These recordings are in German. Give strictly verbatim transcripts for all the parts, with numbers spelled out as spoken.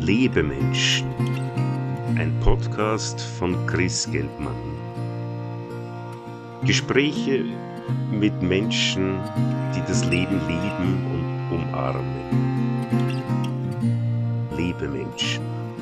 Lebemenschen, ein Podcast von Chris Geldmann. Gespräche mit Menschen, die das Leben lieben und umarmen. Lebemenschen.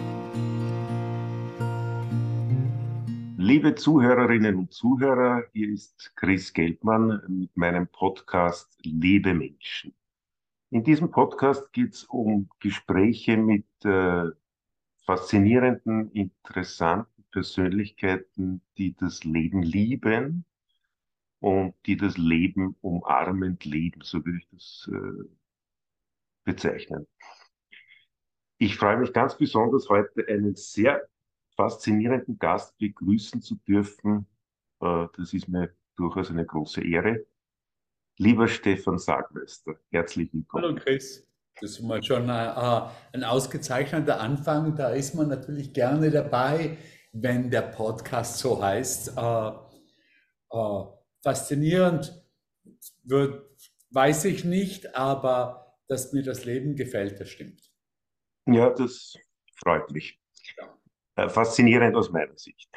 Liebe Zuhörerinnen und Zuhörer, hier ist Chris Geldmann mit meinem Podcast Lebemenschen. In diesem Podcast geht es um Gespräche mit äh, faszinierenden, interessanten Persönlichkeiten, die das Leben lieben und die das Leben umarmend leben, so würde ich das äh, bezeichnen. Ich freue mich ganz besonders, heute einen sehr faszinierenden Gast begrüßen zu dürfen. Äh, das ist mir durchaus eine große Ehre. Lieber Stefan Sagmeister, herzlich willkommen. Hallo Chris, das ist mal schon äh, ein ausgezeichneter Anfang. Da ist man natürlich gerne dabei, wenn der Podcast so heißt. Äh, äh, faszinierend wird, weiß ich nicht, aber dass mir das Leben gefällt, das stimmt. Ja, das freut mich. Ja. Äh, faszinierend aus meiner Sicht.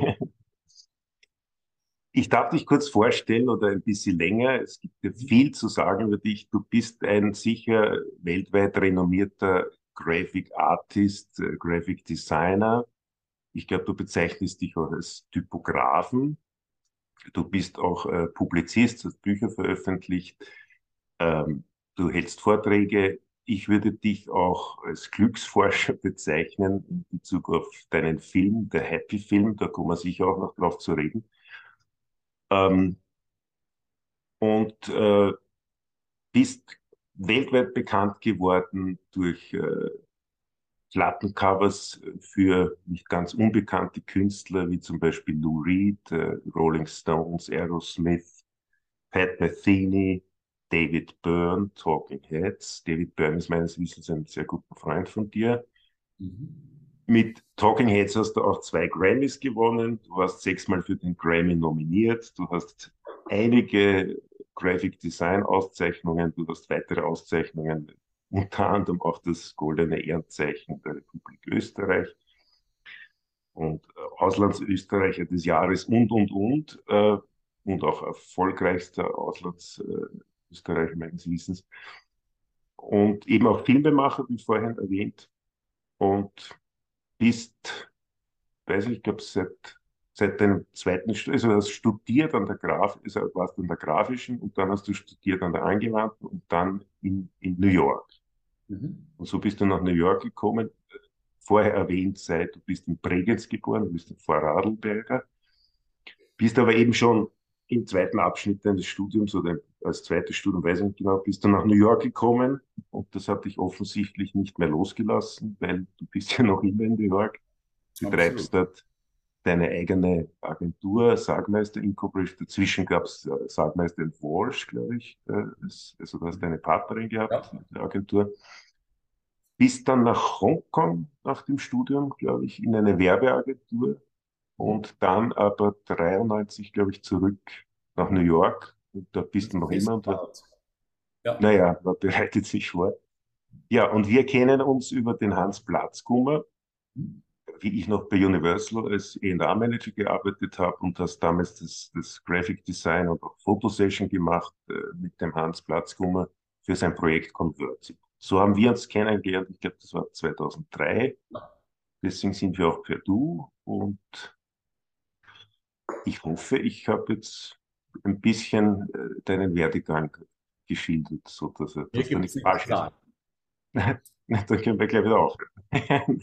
Ich darf dich kurz vorstellen oder ein bisschen länger. Es gibt ja viel zu sagen über dich. Du bist ein sicher weltweit renommierter Graphic Artist, äh, Graphic Designer. Ich glaube, du bezeichnest dich auch als Typografen. Du bist auch äh, Publizist, hast Bücher veröffentlicht. Ähm, du hältst Vorträge. Ich würde dich auch als Glücksforscher bezeichnen in Bezug auf deinen Film, der Happy Film. Da kommen wir sicher auch noch drauf zu reden. Ähm, und äh, bist weltweit bekannt geworden durch äh, Plattencovers für nicht ganz unbekannte Künstler, wie zum Beispiel Lou Reed, äh, Rolling Stones, Aerosmith, Pat Metheny, David Byrne, Talking Heads. David Byrne ist meines Wissens ein sehr guter Freund von dir. Mhm. Mit Talking Heads hast du auch zwei Grammys gewonnen. Du warst sechsmal für den Grammy nominiert. Du hast einige Graphic Design Auszeichnungen. Du hast weitere Auszeichnungen, unter anderem auch das Goldene Ehrenzeichen der Republik Österreich und äh, Auslandsösterreicher des Jahres und, und, und. Äh, und auch erfolgreichster Auslandsösterreicher meines Wissens. Und eben auch Filmemacher, wie vorhin erwähnt. Und bist, weiß ich, ich glaube, seit, seit deinem zweiten, Stu- also du hast studiert an der Graf, also warst an der Grafischen und dann hast du studiert an der Angewandten und dann in, in New York. Mhm. Und so bist du nach New York gekommen. Vorher erwähnt sei, du bist in Bregenz geboren, du bist ein Vorarlberger, bist aber eben schon im zweiten Abschnitt deines Studiums oder als zweites Studium, weiß ich nicht genau, bist du nach New York gekommen und das hat dich offensichtlich nicht mehr losgelassen, weil du bist ja noch immer in New York, Absolut. betreibst dort deine eigene Agentur, Sagmeister Incorporated. Dazwischen gab es äh, Sagmeister Walsh, glaube ich. Äh, das, also du hast eine Partnerin gehabt Ja. in der Agentur. Bist dann nach Hongkong nach dem Studium, glaube ich, in eine Werbeagentur Mhm. und dann aber dreiundneunzig, glaube ich, zurück nach New York. Und da bist du noch Ist immer. Und da, hart. Ja. naja, man bereitet sich vor. Ja, und wir kennen uns über den Hans Platzkummer, wie ich noch bei Universal als E und A-Manager gearbeitet habe und hast damals das, das Graphic Design und auch Fotosession gemacht äh, mit dem Hans Platzkummer für sein Projekt Convertible. So haben wir uns kennengelernt, ich glaube, das war zweitausenddrei. Deswegen sind wir auch per Du und ich hoffe, ich habe jetzt ein bisschen äh, deinen Werdegang geschildert, so dass, er- Hier dass da gibt es nichts nichts zu falsch ist. sagen. Dann können wir gleich wieder aufhören.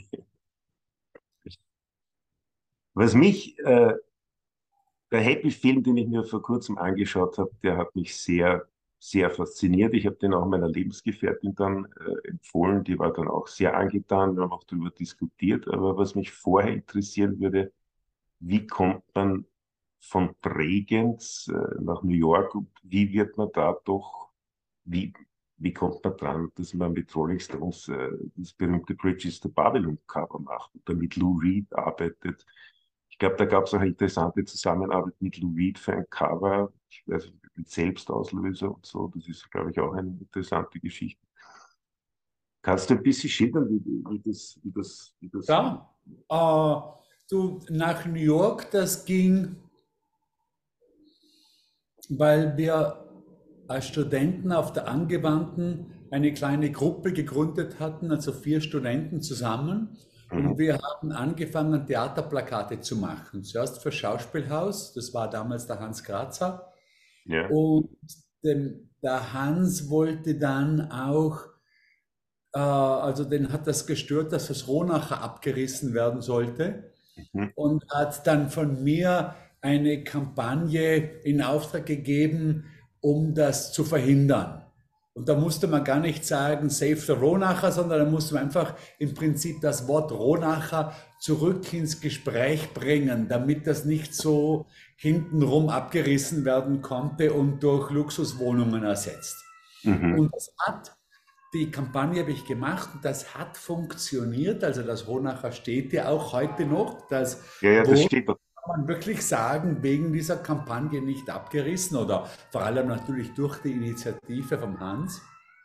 Was mich äh, Der Happy Film, den ich mir vor kurzem angeschaut habe, der hat mich sehr, sehr fasziniert. Ich habe den auch meiner Lebensgefährtin dann äh, empfohlen. Die war dann auch sehr angetan. Wir haben auch darüber diskutiert. Aber was mich vorher interessieren würde, wie kommt man von Bregenz äh, nach New York und wie wird man da doch, wie, wie kommt man dran, dass man mit Rolling Stones äh, das berühmte Bridges to Babylon Cover macht und damit Lou Reed arbeitet? Ich glaube, da gab es auch eine interessante Zusammenarbeit mit Lou Reed für ein Cover, ich weiß nicht, mit Selbstauslöser und so. Das ist, glaube ich, auch eine interessante Geschichte. Kannst du ein bisschen schildern, wie, wie das, wie das, wie das war? Ja, äh, du, nach New York, das ging, weil wir als Studenten auf der Angewandten eine kleine Gruppe gegründet hatten, also vier Studenten zusammen. Und Mhm. wir haben angefangen, Theaterplakate zu machen. Zuerst für Schauspielhaus, das war damals der Hans Grazer. Ja. Und dem, der Hans wollte dann auch, äh, also den hat das gestört, dass das Ronacher abgerissen werden sollte. Mhm. Und hat dann von mir eine Kampagne in Auftrag gegeben, um das zu verhindern. Und da musste man gar nicht sagen, Save the Ronacher, sondern da musste man einfach im Prinzip das Wort Ronacher zurück ins Gespräch bringen, damit das nicht so hintenrum abgerissen werden konnte und durch Luxuswohnungen ersetzt. Mhm. Und das hat, die Kampagne habe ich gemacht und das hat funktioniert. Also das Ronacher steht ja auch heute noch. Das Ja, ja, das wurde, steht da. kann man wirklich sagen, wegen dieser Kampagne nicht abgerissen oder vor allem natürlich durch die Initiative von Hans.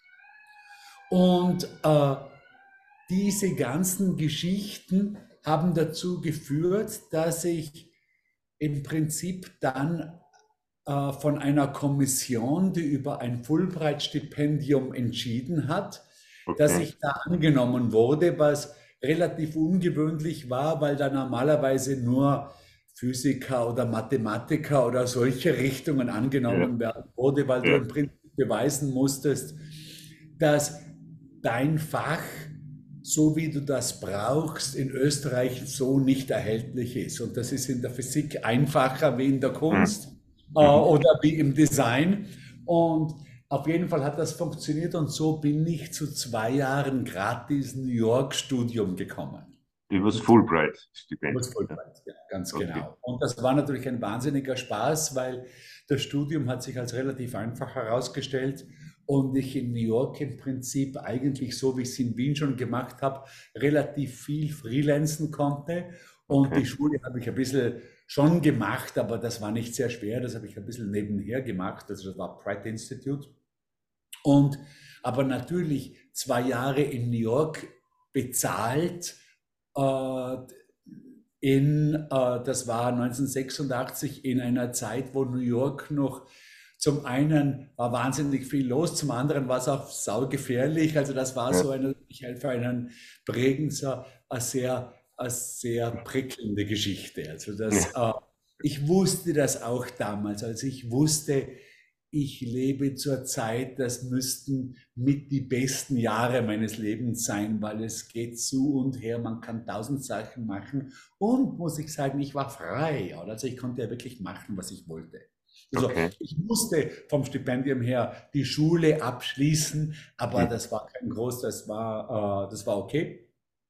Und äh, diese ganzen Geschichten haben dazu geführt, dass ich im Prinzip dann äh, von einer Kommission, die über ein Fulbright-Stipendium entschieden hat, dass Okay. ich da angenommen wurde, was relativ ungewöhnlich war, weil da normalerweise nur Physiker oder Mathematiker oder solche Richtungen Ja, angenommen werden wurde, weil du ja. im Prinzip beweisen musstest, dass dein Fach, so wie du das brauchst, in Österreich so nicht erhältlich ist. Und das ist in der Physik einfacher wie in der Mhm. Kunst äh, Mhm. oder wie im Design. Und auf jeden Fall hat das funktioniert und so bin ich zu zwei Jahren gratis New York Studium gekommen. Übers Und Fulbright-Stipendium. muss Ja. Fulbright, ja, ganz Okay. genau. Und das war natürlich ein wahnsinniger Spaß, weil das Studium hat sich als relativ einfach herausgestellt und ich in New York im Prinzip eigentlich so, wie ich es in Wien schon gemacht habe, relativ viel freelancen konnte. Und die Okay. Schule habe ich ein bisschen schon gemacht, aber das war nicht sehr schwer. Das habe ich ein bisschen nebenher gemacht. Also das war Pratt Institute. Und aber natürlich zwei Jahre in New York bezahlt, äh, in, äh, das war neunzehnhundertsechsundachtzig in einer Zeit, wo New York noch zum einen war wahnsinnig viel los, zum anderen war es auch saugefährlich. Also das war Ja. so eine, für einen Bregenzer eine sehr, eine sehr prickelnde Geschichte. Also das, Ja. äh, ich wusste das auch damals, also ich wusste, ich lebe zur Zeit, das müssten mit die besten Jahre meines Lebens sein, weil es geht zu und her, man kann tausend Sachen machen und muss ich sagen, ich war frei, oder? Also ich konnte ja wirklich machen, was ich wollte. Also Okay. ich musste vom Stipendium her die Schule abschließen, aber Mhm. das war kein groß, das war, äh, das war okay.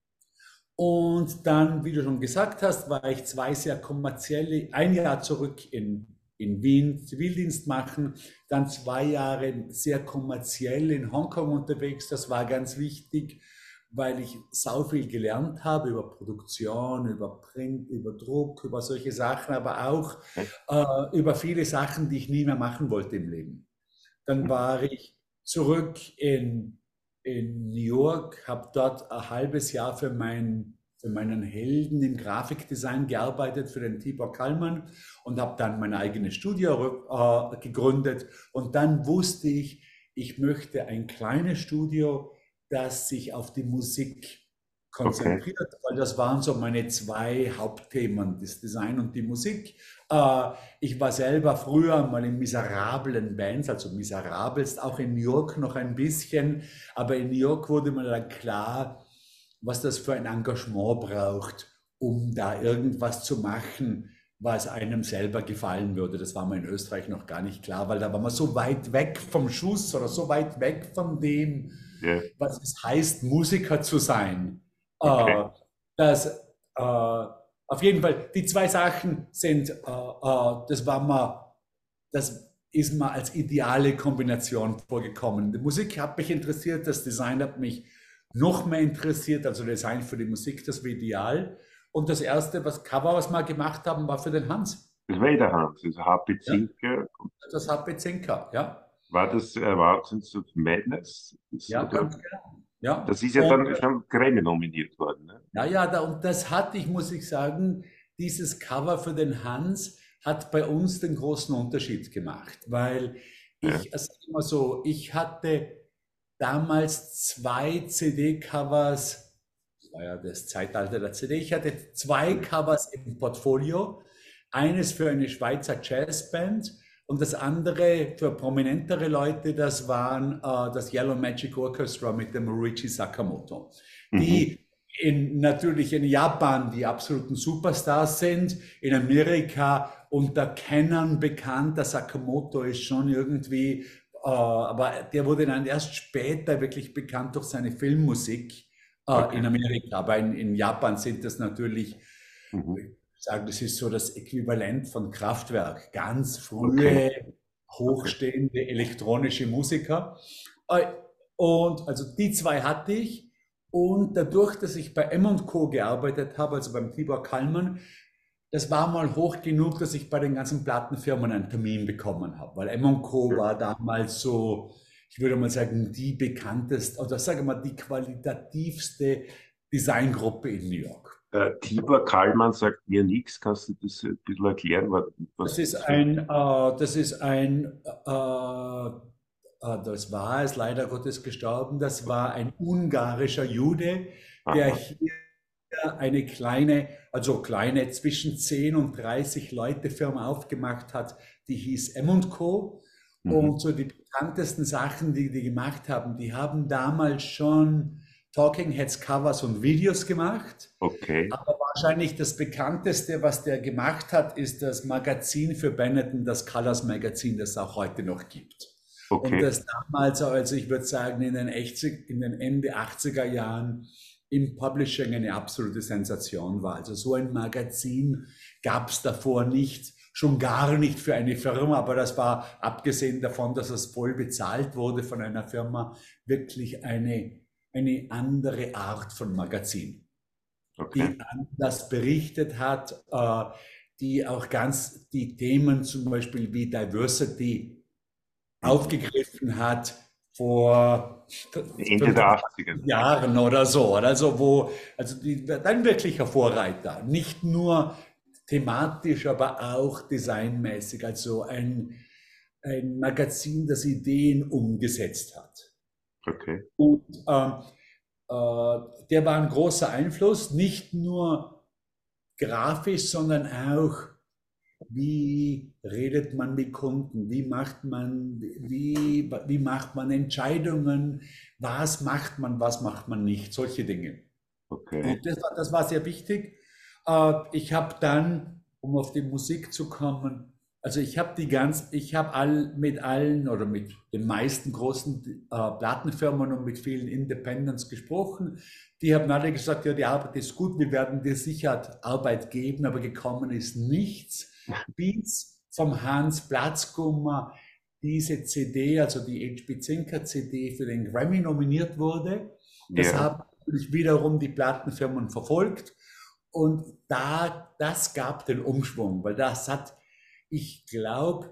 Und dann, wie du schon gesagt hast, war ich zwei sehr kommerzielle, ein Jahr zurück in, in Wien Zivildienst machen, dann zwei Jahre sehr kommerziell in Hongkong unterwegs. Das war ganz wichtig, weil ich sau viel gelernt habe über Produktion, über Print, über Druck, über solche Sachen, aber auch Okay. äh, über viele Sachen, die ich nie mehr machen wollte im Leben. Dann Mhm. war ich zurück in, in New York, habe dort ein halbes Jahr für, mein, für meinen Helden im Grafikdesign gearbeitet, für den Tibor Kallmann und habe dann mein eigenes Studio äh, gegründet. Und dann wusste ich, ich möchte ein kleines Studio, das sich auf die Musik Okay. konzentriert, weil das waren so meine zwei Hauptthemen, das Design und die Musik. Äh, ich war selber früher mal in miserablen Bands, also miserabelst, auch in New York noch ein bisschen, aber in New York wurde mir dann klar, was das für ein Engagement braucht, um da irgendwas zu machen, was einem selber gefallen würde. Das war mir in Österreich noch gar nicht klar, weil da war man so weit weg vom Schuss oder so weit weg von dem, Ja. was es heißt, Musiker zu sein. Okay. Äh, dass äh, auf jeden Fall, die zwei Sachen sind, äh, äh, das war mal, das ist mir als ideale Kombination vorgekommen. Die Musik hat mich interessiert, das Design hat mich noch mehr interessiert, also Design für die Musik, das war ideal. Und das erste, was Cover, was wir gemacht haben, war für den Hans. Das war eh der Hans, also H P. Ja, Zinker. das H P zehn K, ja. War das Erwartens of Madness? Das, Ja, oder? ganz genau. Ja, Das ist ja und dann schon Grammy nominiert worden. Ne? ja, ja, da, und das hatte ich, muss ich sagen, dieses Cover für den Hans hat bei uns den großen Unterschied gemacht, weil Ja. ich, also immer so, ich hatte damals zwei C D-Covers, das war ja das Zeitalter der C D, ich hatte zwei Mhm. Covers im Portfolio, eines für eine Schweizer Jazzband und das andere für prominentere Leute, das waren äh, das Yellow Magic Orchestra mit dem Ryuichi Sakamoto, Mhm. die in, natürlich in Japan die absoluten Superstars sind, in Amerika unter Kennern bekannt. Der Sakamoto ist schon irgendwie, äh, aber der wurde dann erst später wirklich bekannt durch seine Filmmusik äh, Okay. in Amerika. Aber in, in Japan sind das natürlich, Mhm. ich sage, das ist so das Äquivalent von Kraftwerk. Ganz Okay. frühe, Okay. hochstehende elektronische Musiker. Äh, Und also die zwei hatte ich. Und dadurch, dass ich bei M und Co. gearbeitet habe, also beim Tibor Kallmann, das war mal hoch genug, dass ich bei den ganzen Plattenfirmen einen Termin bekommen habe. Weil M und Co. Ja. war damals so, ich würde mal sagen, die bekannteste oder sagen wir mal die qualitativste Designgruppe in New York. Äh, Tibor Kallmann sagt mir nichts. Kannst du das ein bisschen erklären, was, Das was ist das für ein... ein, äh, das ist ein, äh, äh, das war es leider Gottes gestorben, das war ein ungarischer Jude, der Aha. hier eine kleine, also kleine zwischen zehn und dreißig Leute Firma aufgemacht hat, die hieß M und Co. Mhm. Und so die bekanntesten Sachen, die die gemacht haben, die haben damals schon Talking Heads Covers und Videos gemacht. Okay. Aber wahrscheinlich das bekannteste, was der gemacht hat, ist das Magazin für Benetton, das Colors Magazin, das es auch heute noch gibt. Und Okay. das damals, also ich würde sagen, in den, achtzig, in den Ende achtziger Jahren im Publishing eine absolute Sensation war. Also so ein Magazin gab es davor nicht, schon gar nicht für eine Firma, aber das war, abgesehen davon, dass es voll bezahlt wurde von einer Firma, wirklich eine, eine andere Art von Magazin, Okay. die anders berichtet hat, äh, die auch ganz die Themen zum Beispiel wie Diversity Mhm. aufgegriffen hat vor Ende der fünfundzwanzig achtziger. Jahren oder so. Also wo, also die, ein wirklicher Vorreiter, nicht nur thematisch, aber auch designmäßig. Also ein, ein Magazin, das Ideen umgesetzt hat. Okay. Und ähm, äh, der war ein großer Einfluss, nicht nur grafisch, sondern auch, wie redet man mit Kunden, wie macht man, wie, wie macht man Entscheidungen, was macht man, was macht man nicht, solche Dinge. Okay. Und das war, das war sehr wichtig. Äh, Ich habe dann, um auf die Musik zu kommen, also ich habe die ganz, ich habe all, mit allen oder mit den meisten großen äh, Plattenfirmen und mit vielen Independents gesprochen. Die haben alle gesagt, ja, die Arbeit ist gut, wir werden dir sicher Arbeit geben, aber gekommen ist nichts, bis vom Hans Platzkummer diese C D, also die H P Zinker C D für den Grammy nominiert wurde. Das Ja. haben natürlich wiederum die Plattenfirmen verfolgt. Und da, das gab den Umschwung, weil das hat, ich glaube,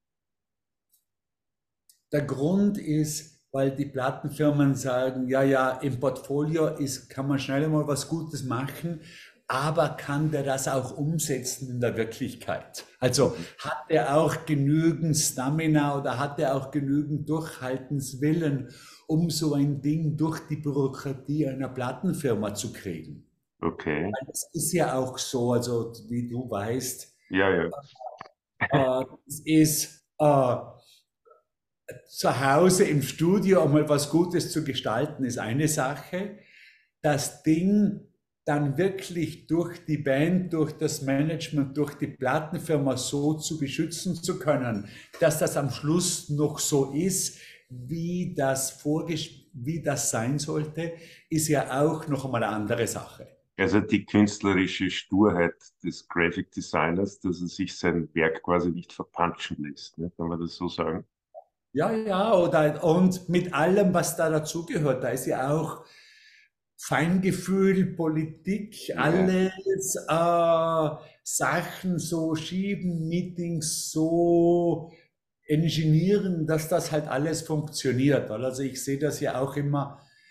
der Grund ist, weil die Plattenfirmen sagen, ja, ja, im Portfolio ist, kann man schnell mal was Gutes machen, aber kann der das auch umsetzen in der Wirklichkeit? Also Mhm. hat er auch genügend Stamina oder hat er auch genügend Durchhaltenswillen, um so ein Ding durch die Bürokratie einer Plattenfirma zu kriegen? Okay. Es ist ja auch so, also wie du weißt, Ja, ja. äh, es ist äh, zu Hause im Studio einmal was Gutes zu gestalten, ist eine Sache. Das Ding dann wirklich durch die Band, durch das Management, durch die Plattenfirma so zu beschützen zu können, dass das am Schluss noch so ist, wie das, vorges wie das sein sollte, ist ja auch noch einmal eine andere Sache. Also die künstlerische Sturheit des Graphic Designers, dass er sich sein Werk quasi nicht verpanschen lässt, ne? Kann man das so sagen? Ja, ja, oder, und mit allem, was da dazugehört, da ist ja auch Feingefühl, Politik, Ja, alles äh, Sachen so schieben, Meetings so ingenieren, dass das halt alles funktioniert. Weil also ich sehe das ja auch immer,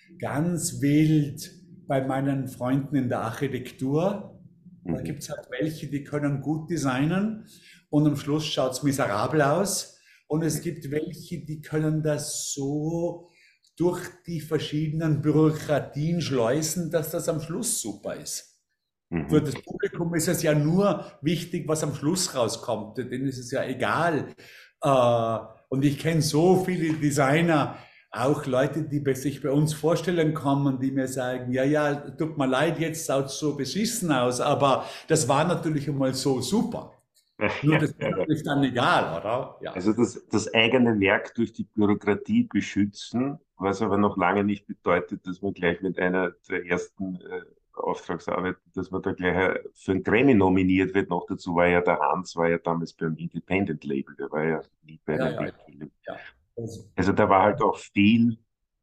ganz wild bei meinen Freunden in der Architektur. Da Mhm. gibt es halt welche, die können gut designen und am Schluss schaut es miserabel aus. Und es gibt welche, die können das so durch die verschiedenen Bürokratien schleusen, dass das am Schluss super ist. Für Mhm. das Publikum ist es ja nur wichtig, was am Schluss rauskommt. Denen ist es ja egal. Äh, Und ich kenne so viele Designer, auch Leute, die bei sich bei uns vorstellen kommen, die mir sagen, ja, ja, tut mir leid, jetzt schaut es so beschissen aus, aber das war natürlich einmal so super. Nur Ja, das ist ja, ja. natürlich dann egal, oder? Ja. Also das, das eigene Werk durch die Bürokratie beschützen, was aber noch lange nicht bedeutet, dass man gleich mit einer der ersten äh, Auftragsarbeiten, dass man da gleich äh, für einen Grammy nominiert wird. Noch dazu war ja der Hans, war ja damals beim Independent Label, der war ja nie bei Ja, einem ja, Big Film. ja. Also, Also da war halt auch viel,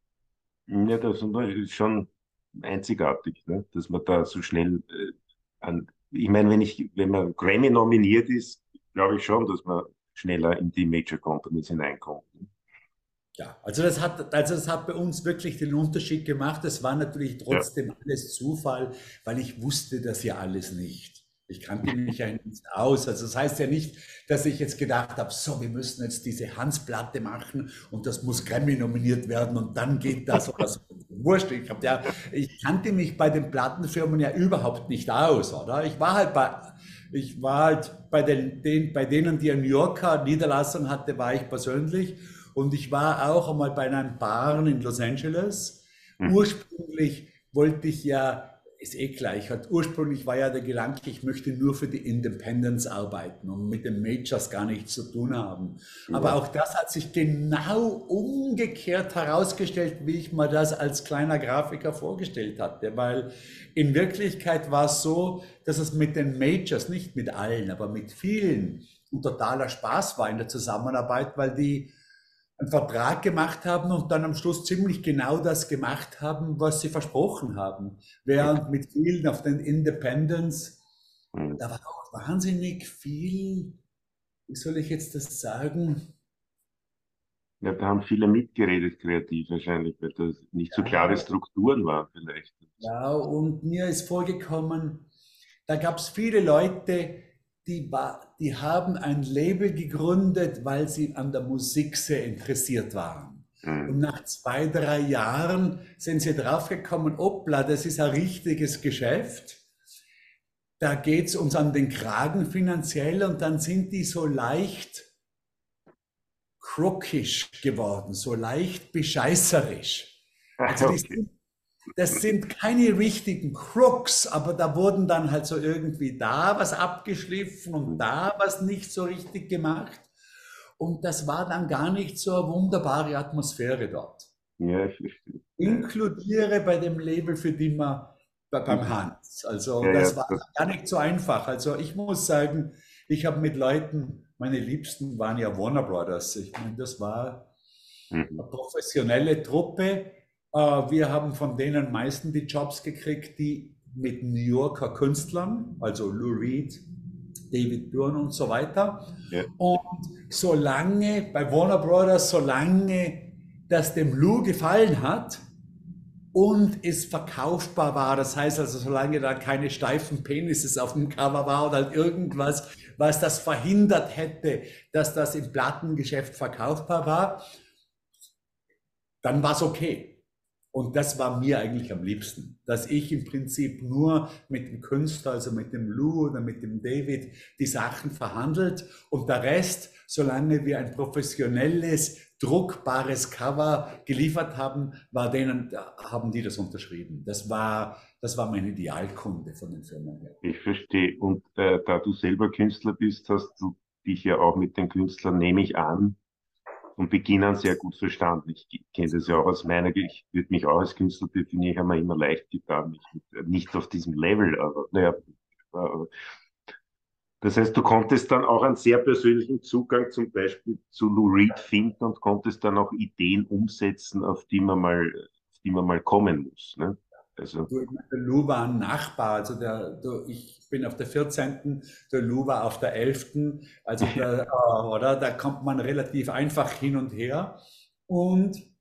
ja, das ist schon einzigartig, ne? Dass man da so schnell äh, an, ich meine, wenn ich, wenn man Grammy nominiert ist, glaube ich schon, dass man schneller in die Major Companies hineinkommt. Ne? ja, also das hat, also das hat bei uns wirklich den Unterschied gemacht. Das war natürlich Ja, trotzdem alles Zufall, weil ich wusste das ja alles nicht. Ich kannte mich ja nicht aus. Also das heißt ja nicht, dass ich jetzt gedacht habe, so, wir müssen jetzt diese Hans-Platte machen und das muss Grammy nominiert werden und dann geht das oder so. Wurscht. Ich hab ja, ich kannte mich bei den Plattenfirmen ja überhaupt nicht aus, oder? Ich war halt bei, ich war halt bei den, den, bei denen, die eine New Yorker Niederlassung hatte, war ich persönlich. Und ich war auch einmal bei einem Baren in Los Angeles. mhm. Ursprünglich wollte ich ja, ist eh gleich, hat, ursprünglich war ja der Gedanke, ich möchte nur für die Independents arbeiten und mit den Majors gar nichts zu tun haben. Aber Ja. auch das hat sich genau umgekehrt herausgestellt, wie ich mir das als kleiner Grafiker vorgestellt hatte. Weil in Wirklichkeit war es so, dass es mit den Majors, nicht mit allen, aber mit vielen, ein totaler Spaß war in der Zusammenarbeit, weil die einen Vertrag gemacht haben und dann am Schluss ziemlich genau das gemacht haben, was sie versprochen haben. Okay. Während mit vielen auf den Independents, Mhm. da war auch wahnsinnig viel, wie soll ich jetzt das sagen? Ja, da haben viele mitgeredet, kreativ wahrscheinlich, weil das nicht so klare Ja, Strukturen waren vielleicht. ja, und mir ist vorgekommen, da gab es viele Leute, die, war, die haben ein Label gegründet, weil sie an der Musik sehr interessiert waren. Und Mhm. nach zwei, drei Jahren sind sie draufgekommen, hoppla, das ist ein richtiges Geschäft. Da geht es uns an den Kragen finanziell und dann sind die so leicht crookish geworden, so leicht bescheißerisch. Also die Okay. sind das sind keine richtigen Crooks, aber da wurden dann halt so irgendwie da was abgeschliffen und Mhm. da was nicht so richtig gemacht. Und das war dann gar nicht so eine wunderbare Atmosphäre dort. Ja, ich verstehe. Ja, Inkludiere bei dem Label, für den man beim mhm. Hans. Also Ja, ja, das war das, gar nicht so einfach. Also ich muss sagen, ich habe mit Leuten, meine Liebsten waren ja Warner Brothers. Ich meine, das war mhm. eine professionelle Truppe. Äh, Wir haben von denen meisten die Jobs gekriegt, die mit New Yorker Künstlern, also Lou Reed, David Byrne und so weiter. Ja. Und solange bei Warner Brothers, solange das dem Lou gefallen hat und es verkaufbar war, das heißt also, solange da keine steifen Penises auf dem Cover war oder halt irgendwas, was das verhindert hätte, dass das im Plattengeschäft verkaufbar war, dann war es okay. Und das war mir eigentlich am liebsten, dass ich im Prinzip nur mit dem Künstler, also mit dem Lou oder mit dem David, die Sachen verhandelt und der Rest, solange wir ein professionelles, druckbares Cover geliefert haben, war denen, haben die das unterschrieben. Das war, das war mein Idealkunde von den Firmen her. Ich verstehe. Und äh, da du selber Künstler bist, hast du dich ja auch mit den Künstlern, nehme ich an, von Beginn an sehr gut verstanden. Ich kenne das ja auch aus meiner, ich würde mich auch als Künstler definieren, ich habe mir immer leicht getan, mich mit, äh, nicht auf diesem Level, aber naja, äh, das heißt, du konntest dann auch einen sehr persönlichen Zugang zum Beispiel zu Lou Reed finden und konntest dann auch Ideen umsetzen, auf die man mal, auf die man mal kommen muss. Ne? Also, Du, ich meine, der Lou war ein Nachbar, also der, du, ich bin auf der vierzehnten, der Lou war auf der elften, also da, äh, oder, da kommt man relativ einfach hin und her. Und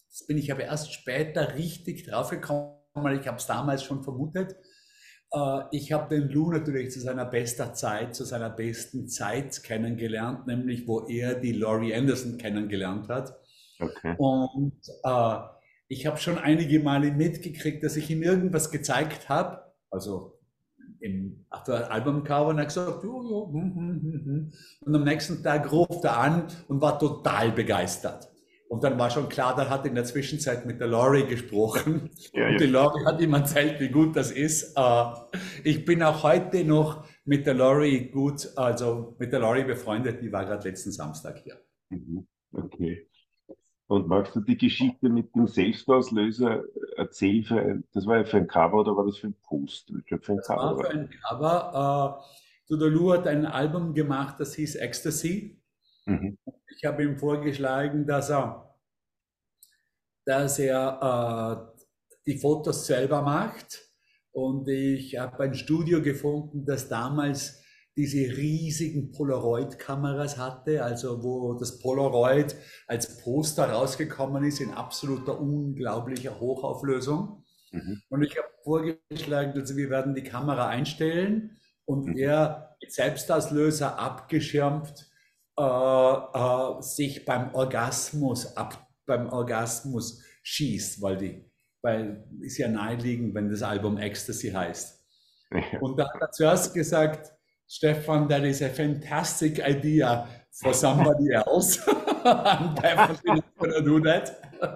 das bin ich aber erst später richtig draufgekommen, weil ich habe es damals schon vermutet. Äh, ich habe den Lou natürlich zu seiner besten Zeit, zu seiner besten Zeit kennengelernt, nämlich wo er die Laurie Anderson kennengelernt hat. Okay. Und äh, ich habe schon einige Male mitgekriegt, dass ich ihm irgendwas gezeigt habe, also im auf der Albumcover, und er hat gesagt, jo, jo, hm, hm, hm, hm. Und am nächsten Tag ruft er an und war total begeistert. Und dann war schon klar, der hat in der Zwischenzeit mit der Laurie gesprochen Ja, und ja. die Laurie hat ihm erzählt, wie gut das ist. Äh, Ich bin auch heute noch mit der Laurie gut, also mit der Laurie befreundet, die war gerade letzten Samstag hier. Mhm. Okay. Und magst du die Geschichte mit dem Selbstauslöser erzählen? Für ein, das war ja für ein Cover oder war das für ein Post? Ich glaube, für ein Das Cover war war für das. ein Cover. Äh, Dudalou hat ein Album gemacht, das hieß Ecstasy. Mhm. Ich habe ihm vorgeschlagen, dass er, dass er äh, die Fotos selber macht. Und ich habe ein Studio gefunden, das damals diese riesigen Polaroid-Kameras hatte, also wo das Polaroid als Poster rausgekommen ist in absoluter unglaublicher Hochauflösung. Mhm. Und ich habe vorgeschlagen, also wir werden die Kamera einstellen und Mhm. er mit Selbstauslöser abgeschirmt äh, äh, sich beim Orgasmus ab, beim Orgasmus schießt, weil die, weil ist ja naheliegend, wenn das Album Ecstasy heißt. Ja. Und da hat er zuerst gesagt, Stefan, that is a fantastic idea for somebody else. I'm definitely not gonna do that.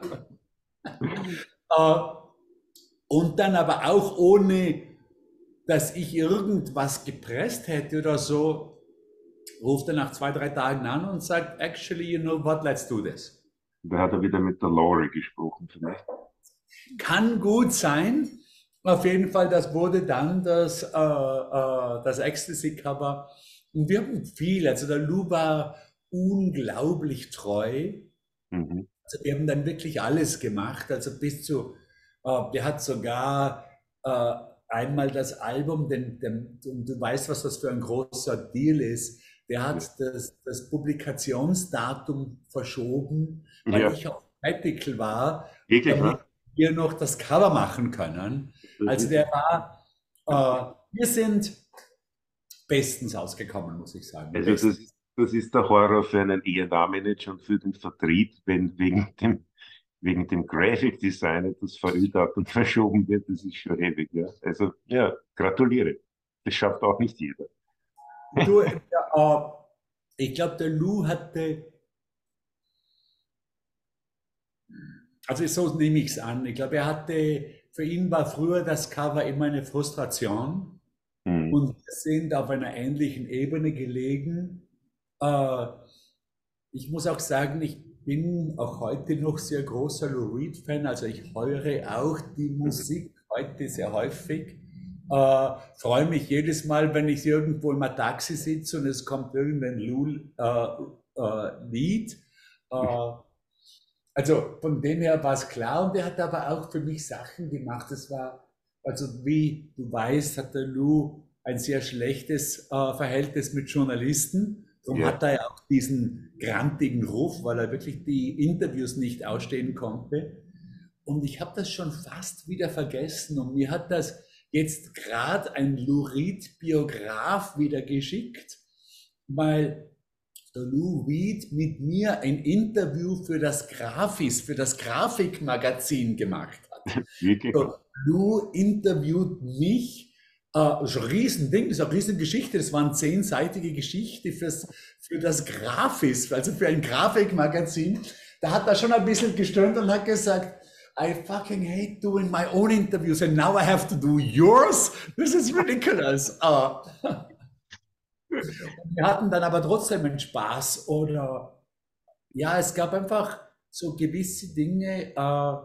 Äh, und dann aber auch ohne, dass ich irgendwas gepresst hätte oder so, ruft er nach zwei, drei Tagen an und sagt, actually, you know what, let's do this. Da hat er wieder mit der Laurie gesprochen, vielleicht. Kann gut sein. Auf jeden Fall, das wurde dann das, äh, äh, das Ecstasy-Cover. Und wir haben viel, also der Lou war unglaublich treu. Mhm. Also wir haben dann wirklich alles gemacht, also bis zu, äh, der hat sogar äh, einmal das Album, den, den, und du weißt, was das für ein großer Deal ist, der Ja, hat das, das Publikationsdatum verschoben, weil ja, ich auf Medical war, wirklich, damit wa? wir noch das Cover machen können. Das Also ist, der war, äh, wir sind bestens ausgekommen, muss ich sagen, also das bestens. ist, das ist der Horror für einen E und A-Manager und für den Vertrieb, wenn wegen dem, wegen dem Graphic Design etwas verödet und verschoben wird, das ist schon ewig, ja. Also, ja, gratuliere. Das schafft auch nicht jeder. Du, äh, äh, ich glaube, der Lou hatte, also so nehme ich es an. Ich glaube, er hatte, für ihn war früher das Cover immer eine Frustration Mhm. und wir sind auf einer ähnlichen Ebene gelegen. Äh, Ich muss auch sagen, ich bin auch heute noch sehr großer Lou Reed-Fan, also ich höre auch die Mhm. Musik heute sehr häufig. Äh, freue mich jedes Mal, wenn ich irgendwo im Taxi sitze und es kommt irgendein Lou-Lied. Äh, äh, also von dem her war es klar und er hat aber auch für mich Sachen gemacht. Das war, also wie du weißt, hat der Lou ein sehr schlechtes äh, Verhältnis mit Journalisten. Darum Ja, hat er ja auch diesen grantigen Ruf, weil er wirklich die Interviews nicht ausstehen konnte. Und ich habe das schon fast wieder vergessen. Und mir hat das jetzt gerade ein Lou Reed-Biograf wieder geschickt, weil der Lou Reed mit mir ein Interview für das Grafis, für das Grafikmagazin gemacht hat. wirklich. Der Lou interviewt mich, äh, ist ein Riesending, das ist eine Riesengeschichte, das war eine zehnseitige Geschichte fürs, für das Grafis, also für ein Grafikmagazin. Da hat er schon ein bisschen gestöhnt und hat gesagt, I fucking hate doing my own interviews and now I have to do yours. This is ridiculous. Uh, wir hatten dann aber trotzdem einen Spaß oder ja, es gab einfach so gewisse Dinge, äh,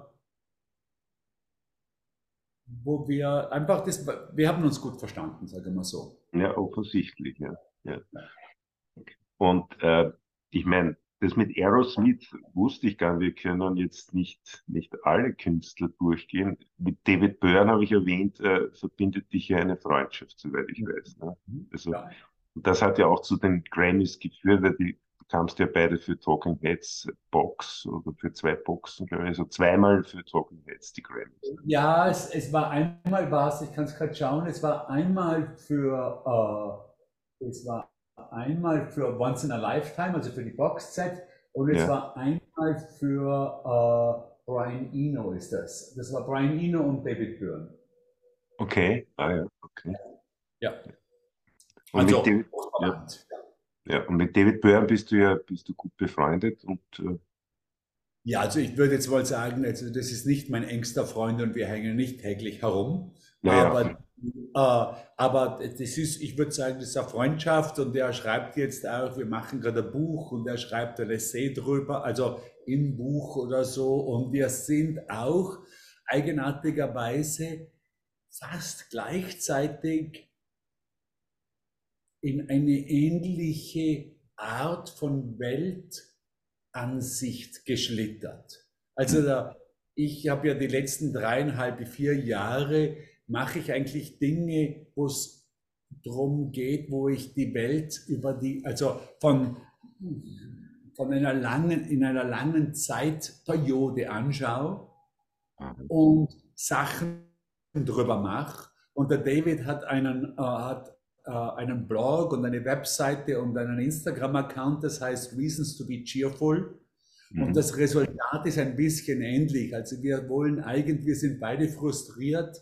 wo wir einfach das, wir haben uns gut verstanden, sagen wir mal so. Ja, offensichtlich, ja. Ja. Und äh, ich meine, das mit Aerosmith wusste ich gar nicht. Wir können jetzt nicht, nicht alle Künstler durchgehen. Mit David Byrne habe ich erwähnt, äh, verbindet dich ja eine Freundschaft, soweit ich weiß. Ne? Also, Ja, und das hat ja auch zu den Grammys geführt, weil die kamst ja beide für Talking Heads Box oder für zwei Boxen, glaube ich. Also zweimal für Talking Heads die Grammys. Ne? Ja, es, es war einmal was, ich kann es gerade schauen, es war einmal für, äh, es war einmal für Once in a Lifetime, also für die Boxset, und es Ja, war einmal für äh, Brian Eno ist das. Das war Brian Eno und David Byrne. okay. Ah ja, okay. Ja, Und mit also David, ja, Hochverwandt. ja, und mit David Byrne bist du ja, bist du gut befreundet und äh, Ja, also ich würde jetzt wohl sagen, also das ist nicht mein engster Freund und wir hängen nicht täglich herum, ja, ja, aber, äh, aber das ist, ich würde sagen, das ist eine Freundschaft und er schreibt jetzt auch, wir machen gerade ein Buch und er schreibt ein Essay drüber, also im Buch oder so, und wir sind auch eigenartigerweise fast gleichzeitig in eine ähnliche Art von Weltansicht geschlittert. Also da, ich habe ja die letzten dreieinhalb, vier Jahre, mache ich eigentlich Dinge, wo es darum geht, wo ich die Welt über die, also von, von einer langen, in einer langen Zeitperiode anschaue und Sachen drüber mache. Und der David hat einen, äh, hat, äh, einen Blog und eine Webseite und einen Instagram-Account, das heißt Reasons to be Cheerful. Und mhm. das Resultat ist ein bisschen ähnlich. Also wir wollen eigentlich, wir sind beide frustriert,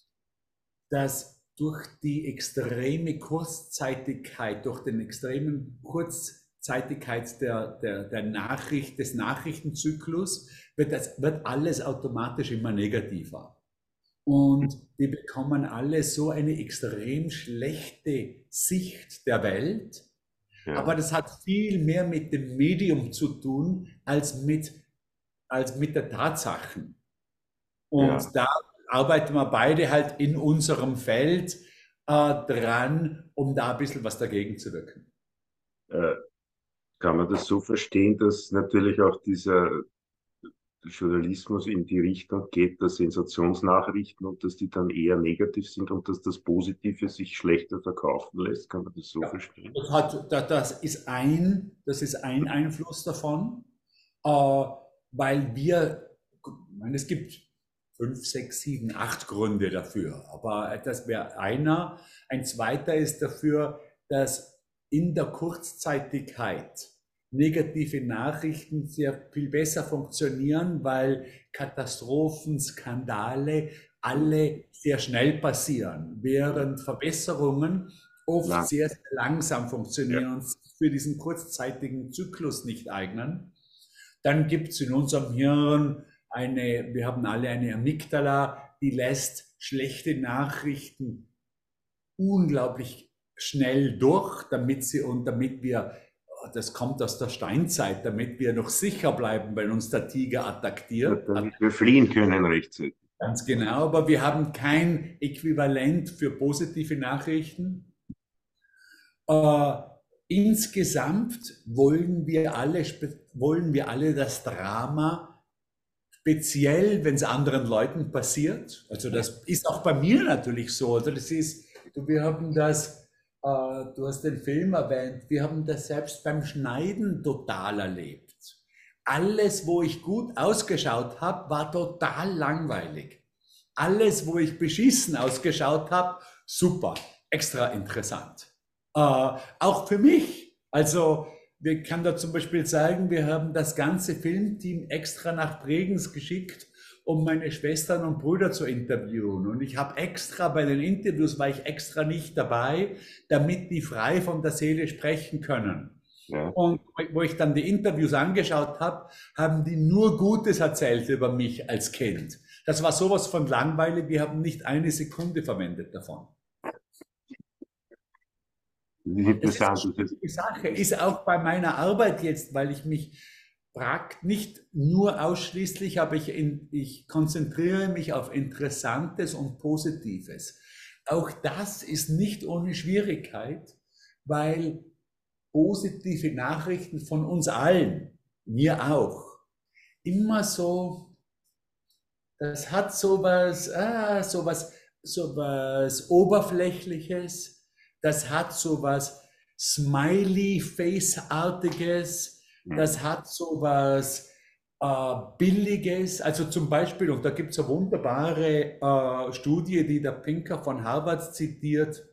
dass durch die extreme Kurzzeitigkeit, durch den extremen Kurzzeitigkeit der, der, der Nachricht, des Nachrichtenzyklus, wird, das, wird alles automatisch immer negativer. Und die bekommen alle so eine extrem schlechte Sicht der Welt. Ja, Aber das hat viel mehr mit dem Medium zu tun, als mit, als mit der Tatsachen. ja. Und da arbeiten wir beide halt in unserem Feld äh, dran, um da ein bisschen was dagegen zu wirken. Äh, kann man das so verstehen, dass natürlich auch dieser Journalismus in die Richtung geht, der Sensationsnachrichten und dass die dann eher negativ sind und dass das Positive sich schlechter verkaufen lässt? Kann man das so Ja, verstehen? das hat, da- das ist ein, das ist ein Einfluss davon, äh, weil wir, ich meine, es gibt fünf, sechs, sieben, acht Gründe dafür, aber das wäre einer. Ein zweiter ist dafür, dass in der Kurzzeitigkeit negative Nachrichten sehr viel besser funktionieren, weil Katastrophen, Skandale alle sehr schnell passieren, während Verbesserungen oft Lang. sehr, sehr langsam Ja. funktionieren und für diesen kurzzeitigen Zyklus nicht eignen. Dann gibt es in unserem Hirn eine, wir haben alle eine Amygdala, die lässt schlechte Nachrichten unglaublich schnell durch, damit sie und damit wir, das kommt aus der Steinzeit, damit wir noch sicher bleiben, wenn uns der Tiger attackiert. Damit wir fliehen können rechtzeitig. Ganz genau, aber wir haben kein Äquivalent für positive Nachrichten. Äh, insgesamt wollen wir alle, wollen wir alle das Drama, speziell wenn es anderen Leuten passiert. Also das ist auch bei mir natürlich so. Also das ist, wir haben das, äh, du hast den Film erwähnt, wir haben das selbst beim Schneiden total erlebt. Alles, wo ich gut ausgeschaut habe, war total langweilig. Alles, wo ich beschissen ausgeschaut habe, super, extra interessant. Äh, auch für mich. Also, wir kann da zum Beispiel sagen, wir haben das ganze Filmteam extra nach Bregenz geschickt, um meine Schwestern und Brüder zu interviewen. Und ich habe extra bei den Interviews, war ich extra nicht dabei, damit die frei von der Seele sprechen können. Ja. Und wo ich dann die Interviews angeschaut habe, haben die nur Gutes erzählt über mich als Kind. Das war sowas von langweilig, wir haben nicht eine Sekunde verwendet davon. Das ist Es ist eine interessant. Das ist, schwierige Sache, ist auch bei meiner Arbeit jetzt, weil ich mich fragt nicht nur ausschließlich, aber ich, in, ich konzentriere mich auf Interessantes und Positives. Auch das ist nicht ohne Schwierigkeit, weil positive Nachrichten von uns allen, mir auch, immer so, das hat sowas, ah, sowas, sowas Oberflächliches, das hat sowas, Smiley-Face-artiges, das Mhm. hat so was äh, Billiges. Also zum Beispiel, und da gibt es eine wunderbare äh, Studie, die der Pinker von Harvard zitiert,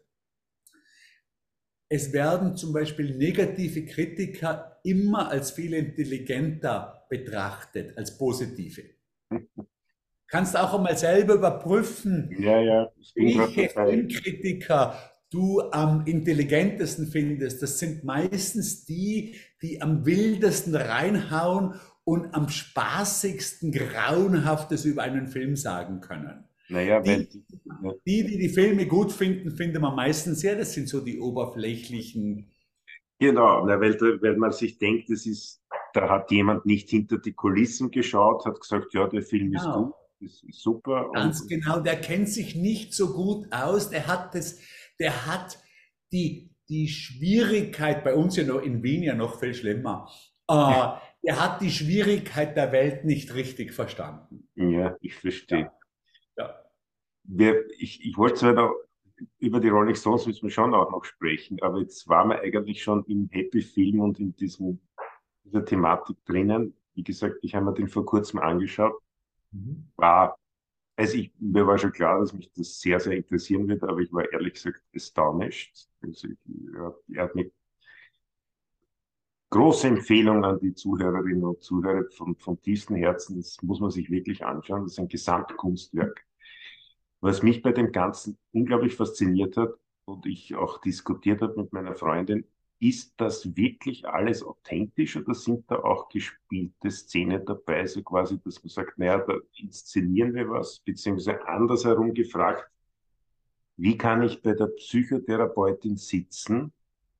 es werden zum Beispiel negative Kritiker immer als viel intelligenter betrachtet als positive. Kannst auch einmal selber überprüfen, Ja, ja, ich bin gerade welche dabei. Filmkritiker du am intelligentesten findest. Das sind meistens die, die am wildesten reinhauen und am spaßigsten Grauenhaftes über einen Film sagen können. Naja, weil Die, die, ja, die, die die Filme gut finden, finden wir meistens ja, das sind so die oberflächlichen. genau, na, weil, da- weil man sich denkt, das ist, da hat jemand nicht hinter die Kulissen geschaut, hat gesagt, ja, der Film ist gut, Genau. ist, ist super und, Ganz und genau, der kennt sich nicht so gut aus. Der hat das, der hat die, die Schwierigkeit, bei uns ja noch in Wien ja noch viel schlimmer. Äh, er hat die Schwierigkeit der Welt nicht richtig verstanden. ja, ich verstehe. Ja, ja. Wir, ich, ich wollte zwar noch über die Rolling Stones müssen wir schon auch noch sprechen, aber jetzt waren wir eigentlich schon im Happy Film und in diesem, dieser Thematik drinnen. Wie gesagt, ich habe mir den vor kurzem angeschaut. Mhm. War, also ich, mir war schon klar, dass mich das sehr, sehr interessieren wird, aber ich war ehrlich gesagt astonished. Also ich, er, er hat mir große Empfehlung an die Zuhörerinnen und Zuhörer von, von tiefstem Herzen. Das muss man sich wirklich anschauen. Das ist ein Gesamtkunstwerk. Was mich bei dem Ganzen unglaublich fasziniert hat und ich auch diskutiert habe mit meiner Freundin, ist das wirklich alles authentisch oder sind da auch gespielte Szenen dabei, so quasi, dass man sagt, naja, da inszenieren wir was, beziehungsweise andersherum gefragt, wie kann ich bei der Psychotherapeutin sitzen,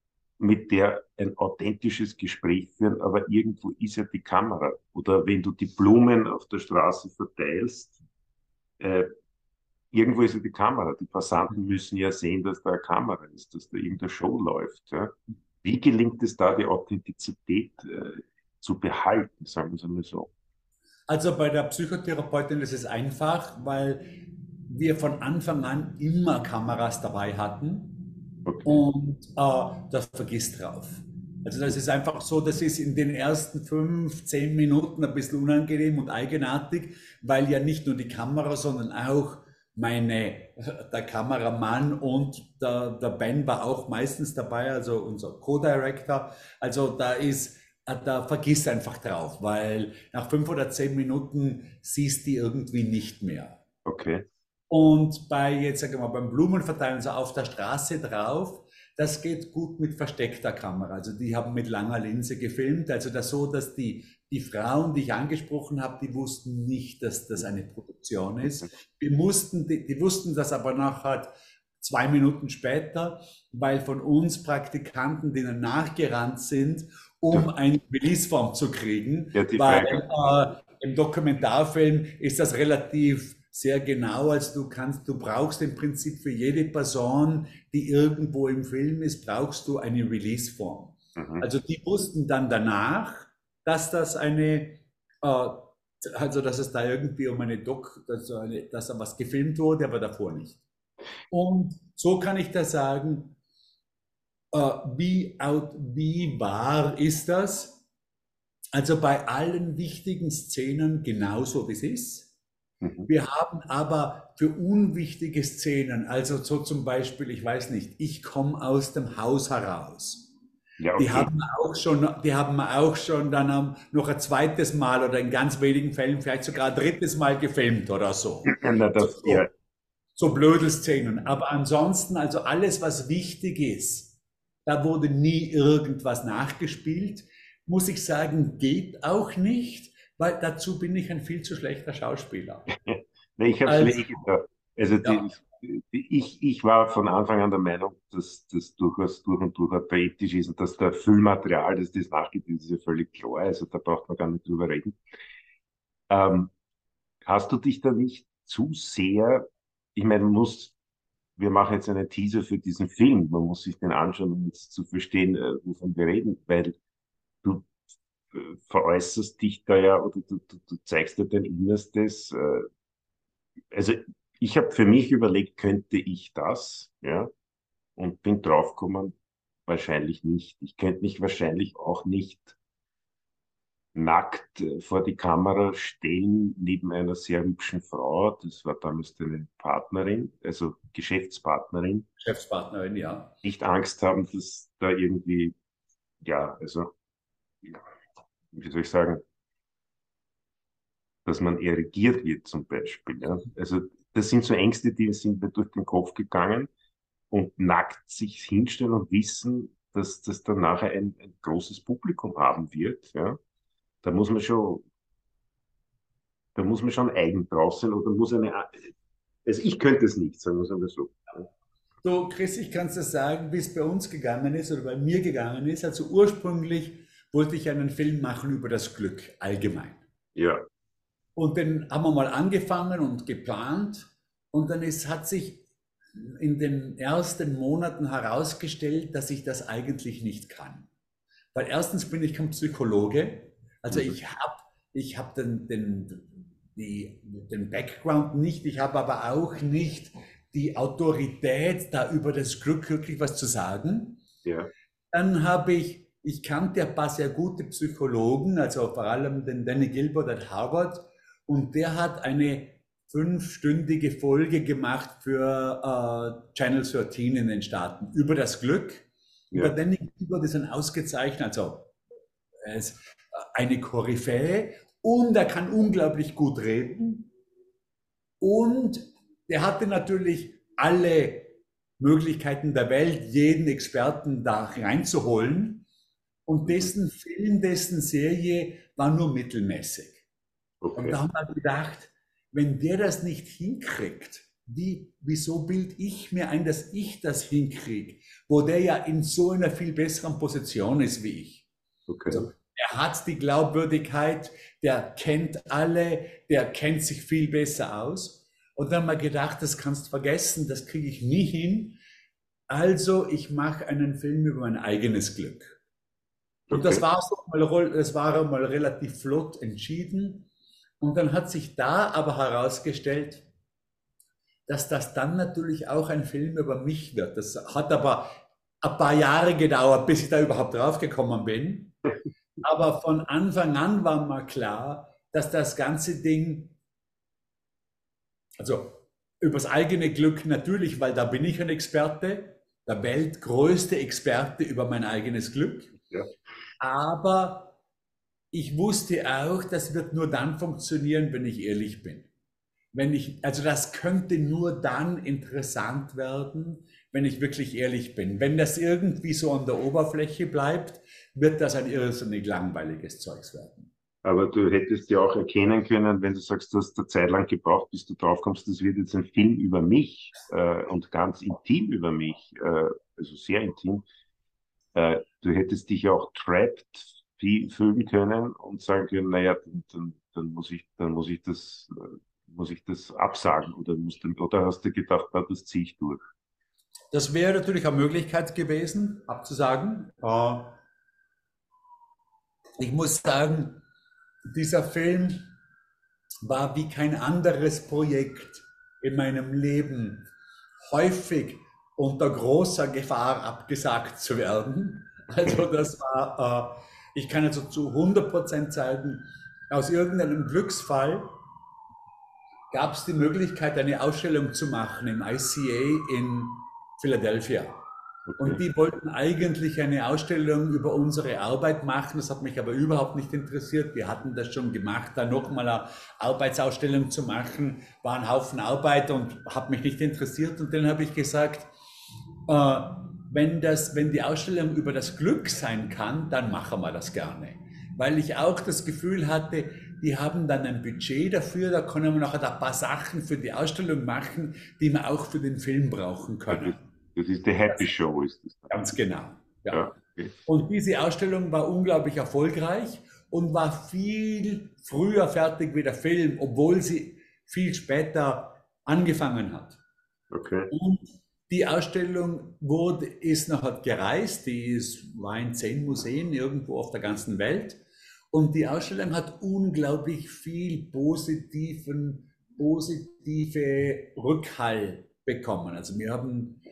mit der ein authentisches Gespräch führen, aber irgendwo ist ja die Kamera. Oder wenn du die Blumen auf der Straße verteilst, äh, irgendwo ist ja die Kamera. Die Passanten müssen ja sehen, dass da eine Kamera ist, dass da irgendeine Show läuft. Ja. Wie gelingt es da, die Authentizität äh, zu behalten, sagen wir es einmal so? Also bei der Psychotherapeutin ist es einfach, weil wir von Anfang an immer Kameras dabei hatten Okay. und äh, das vergisst drauf. Also das ist einfach so, das ist in den ersten fünf, zehn Minuten ein bisschen unangenehm und eigenartig, weil ja nicht nur die Kamera, sondern auch meine, der Kameramann und der, der Ben war auch meistens dabei, also unser Co-Director. Also da ist, da vergisst einfach drauf, weil nach fünf oder zehn Minuten siehst du die irgendwie nicht mehr. Okay. Und bei, jetzt sagen wir mal, beim Blumenverteilen, so auf der Straße drauf, das geht gut mit versteckter Kamera. Also die haben mit langer Linse gefilmt. Also das so, dass die, die Frauen, die ich angesprochen habe, die wussten nicht, dass das eine Produktion ist. Die mussten, die, die wussten das aber nachher zwei Minuten später, weil von uns Praktikanten, denen nachgerannt sind, um Ja, eine Releaseform zu kriegen, ja, die weil Frage. äh, im Dokumentarfilm ist das relativ sehr genau, als du kannst, du brauchst im Prinzip für jede Person, die irgendwo im Film ist, brauchst du eine Release-Form. Mhm. Also die wussten dann danach, dass das eine, äh, also dass es da irgendwie um eine Doc, dass, eine, dass da was gefilmt wurde, aber davor nicht. Und so kann ich da sagen, äh, wie, out, wie wahr ist das? Also bei allen wichtigen Szenen genauso wie es ist. Mhm. Wir haben aber für unwichtige Szenen, also so zum Beispiel, ich weiß nicht, ich komme aus dem Haus heraus. Ja, Die okay. haben wir auch schon, die haben wir auch schon dann am- noch ein zweites Mal oder in ganz wenigen Fällen vielleicht sogar ein drittes Mal gefilmt oder so. Na, So, das, ja, so, so blöde Szenen. Aber ansonsten, also alles, was wichtig ist, da wurde nie irgendwas nachgespielt. Muss ich sagen, geht auch nicht, weil dazu bin ich ein viel zu schlechter Schauspieler. nee, ich habe es Also, wirklich gedacht. Also die, ja. die, ich, ich war von Anfang an der Meinung, dass das durchaus durch und durch poetisch ist und dass da Füllmaterial, dass das nachgeht, das ist ja völlig klar. Also da braucht man gar nicht drüber reden. Ähm, hast du dich da nicht zu sehr, ich meine, man muss, wir machen jetzt einen Teaser für diesen Film, man muss sich den anschauen, um jetzt zu verstehen, äh, wovon wir reden, weil du äh, veräußerst dich da ja oder du, du, du zeigst ja dein Innerstes. Äh, also ich habe für mich überlegt, könnte ich das, ja, und bin draufgekommen, wahrscheinlich nicht. Ich könnte mich wahrscheinlich auch nicht nackt äh, vor die Kamera stellen neben einer sehr hübschen Frau. Das war damals eine Partnerin, also Geschäftspartnerin. Geschäftspartnerin, ja. Nicht Angst haben, dass da irgendwie, ja, also, wie soll ich sagen, dass man irrigiert wird zum Beispiel. Ja. Also das sind so Ängste, die sind mir durch den Kopf gegangen und nackt sich hinstellen und wissen, dass das dann nachher ein, ein großes Publikum haben wird. Ja. Da muss man schon, da muss man schon eigen drauf sein oder muss eine, also ich könnte es nicht, sagen wir es einmal so. So, Chris, ich kann es dir sagen, wie es bei uns gegangen ist oder bei mir gegangen ist. Also ursprünglich wollte ich einen Film machen über das Glück allgemein. Ja, Und den haben wir mal angefangen und geplant. Und dann ist, hat sich in den ersten Monaten herausgestellt, dass ich das eigentlich nicht kann. Weil erstens bin ich kein Psychologe. Also mhm. ich habe ich hab den, den, die, den Background nicht. Ich habe aber auch nicht die Autorität, da über das Glück wirklich was zu sagen. Ja, Dann habe ich, ich kannte ein paar sehr gute Psychologen, also vor allem den Danny Gilbert at Harvard, und der hat eine fünfstündige Folge gemacht für äh, Channel dreizehn in den Staaten über das Glück. Und der ja, Danny Gilbert ist ein ausgezeichnet, also er ist eine Koryphäe und er kann unglaublich gut reden und der hatte natürlich alle Möglichkeiten der Welt, jeden Experten da reinzuholen. Und mhm. dessen Film, dessen Serie war nur mittelmäßig. Und Okay, da haben wir gedacht, wenn der das nicht hinkriegt, wie, wieso bild ich mir ein, dass ich das hinkriege, wo der ja in so einer viel besseren Position ist wie ich. okay, Also er hat die Glaubwürdigkeit, der kennt alle, der kennt sich viel besser aus. Und dann haben wir gedacht, das kannst du vergessen, das kriege ich nie hin. Also ich mache einen Film über mein eigenes Glück. Und das okay. war so mal, das war mal relativ flott entschieden. Und dann hat sich da aber herausgestellt, dass das dann natürlich auch ein Film über mich wird. Das hat aber ein paar Jahre gedauert, bis ich da überhaupt draufgekommen bin. Aber von Anfang an war mal klar, dass das ganze Ding, also übers eigene Glück natürlich, weil da bin ich ein Experte, der weltgrößte Experte über mein eigenes Glück. Ja. Aber ich wusste auch, das wird nur dann funktionieren, wenn ich ehrlich bin. Wenn ich, also das könnte nur dann interessant werden, wenn ich wirklich ehrlich bin. Wenn das irgendwie so an der Oberfläche bleibt, wird das ein irrsinnig langweiliges Zeugs werden. Aber du hättest ja auch erkennen können, wenn du sagst, du hast eine Zeit lang gebraucht, bis du draufkommst, das wird jetzt ein Film über mich äh, und ganz intim über mich, äh, also sehr intim. Äh, du hättest dich ja auch trapped fühlen können und sagen können, naja, dann, dann, dann muss ich, dann muss ich das, äh, muss ich das absagen oder musst du, oder hast du gedacht, na, das ziehe ich durch. Das wäre natürlich eine Möglichkeit gewesen, abzusagen. Äh, Ich muss sagen, dieser Film war wie kein anderes Projekt in meinem Leben häufig unter großer Gefahr abgesagt zu werden. Also das war, äh, ich kann also zu hundert Prozent sagen, aus irgendeinem Glücksfall gab es die Möglichkeit, eine Ausstellung zu machen im I C A in Philadelphia. Und Okay. die wollten eigentlich eine Ausstellung über unsere Arbeit machen. Das hat mich aber überhaupt nicht interessiert. Wir hatten das schon gemacht, da nochmal eine Arbeitsausstellung zu machen. War ein Haufen Arbeit und hat mich nicht interessiert. Und dann habe ich gesagt, äh, wenn, das, wenn die Ausstellung über das Glück sein kann, dann machen wir das gerne. Weil ich auch das Gefühl hatte, die haben dann ein Budget dafür, da können wir noch ein paar Sachen für die Ausstellung machen, die wir auch für den Film brauchen Das können. ist, das ist die Happy Show, ist das dann. Ganz genau. Ja. Ja, okay. Und diese Ausstellung war unglaublich erfolgreich und war viel früher fertig wie der Film, obwohl sie viel später angefangen hat. Okay. Und die Ausstellung wurde, ist nachher gereist, die ist, war in zehn Museen irgendwo auf der ganzen Welt. Und die Ausstellung hat unglaublich viel positiven, positive Rückhall bekommen. Also wir haben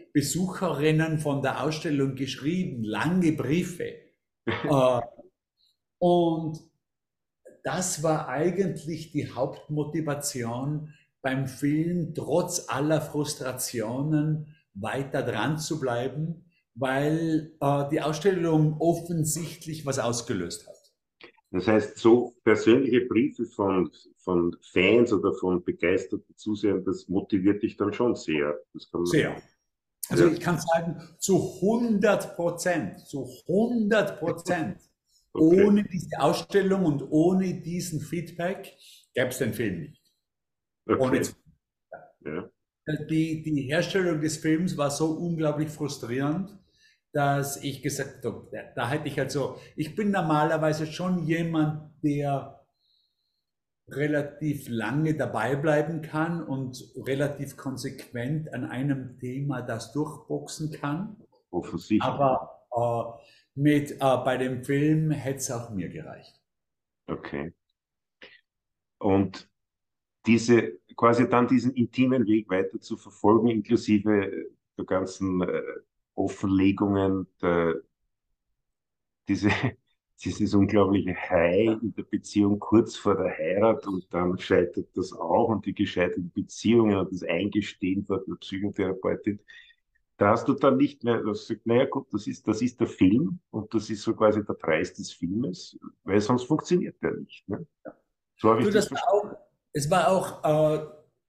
Besucherinnen von der Ausstellung geschrieben, lange Briefe. Äh, und das war eigentlich die Hauptmotivation beim Film, trotz aller Frustrationen weiter dran zu bleiben, weil äh, die Ausstellung offensichtlich was ausgelöst hat. Das heißt, so persönliche Briefe von, von Fans oder von begeisterten Zusehern, das motiviert dich dann schon sehr. Das kann man, Sehr. Also ja. ich kann sagen, zu hundert Prozent, zu hundert Prozent, Okay. ohne diese Ausstellung und ohne diesen Feedback gäbe es den Film nicht. Ohne Okay. Ja. Die, die Herstellung des Films war so unglaublich frustrierend, dass ich gesagt habe, da, da hätte ich also, ich bin normalerweise schon jemand, der relativ lange dabei bleiben kann und relativ konsequent an einem Thema das durchboxen kann. Offensichtlich. Aber äh, mit, äh, bei dem Film hätte es auch mir gereicht. Okay. Und diese, quasi dann diesen intimen Weg weiter zu verfolgen, inklusive der ganzen äh, Offenlegungen, der, diese, dieses unglaubliche High in der Beziehung kurz vor der Heirat und dann scheitert das auch und die gescheiterten Beziehungen und das Eingestehen vor der Psychotherapeutin. Da hast du dann nicht mehr, das sagt, naja gut, das ist, das ist der Film und das ist so quasi der Preis des Filmes, weil sonst funktioniert der nicht. Ne? So habe ich Du, das das war verstanden. auch, es war auch äh,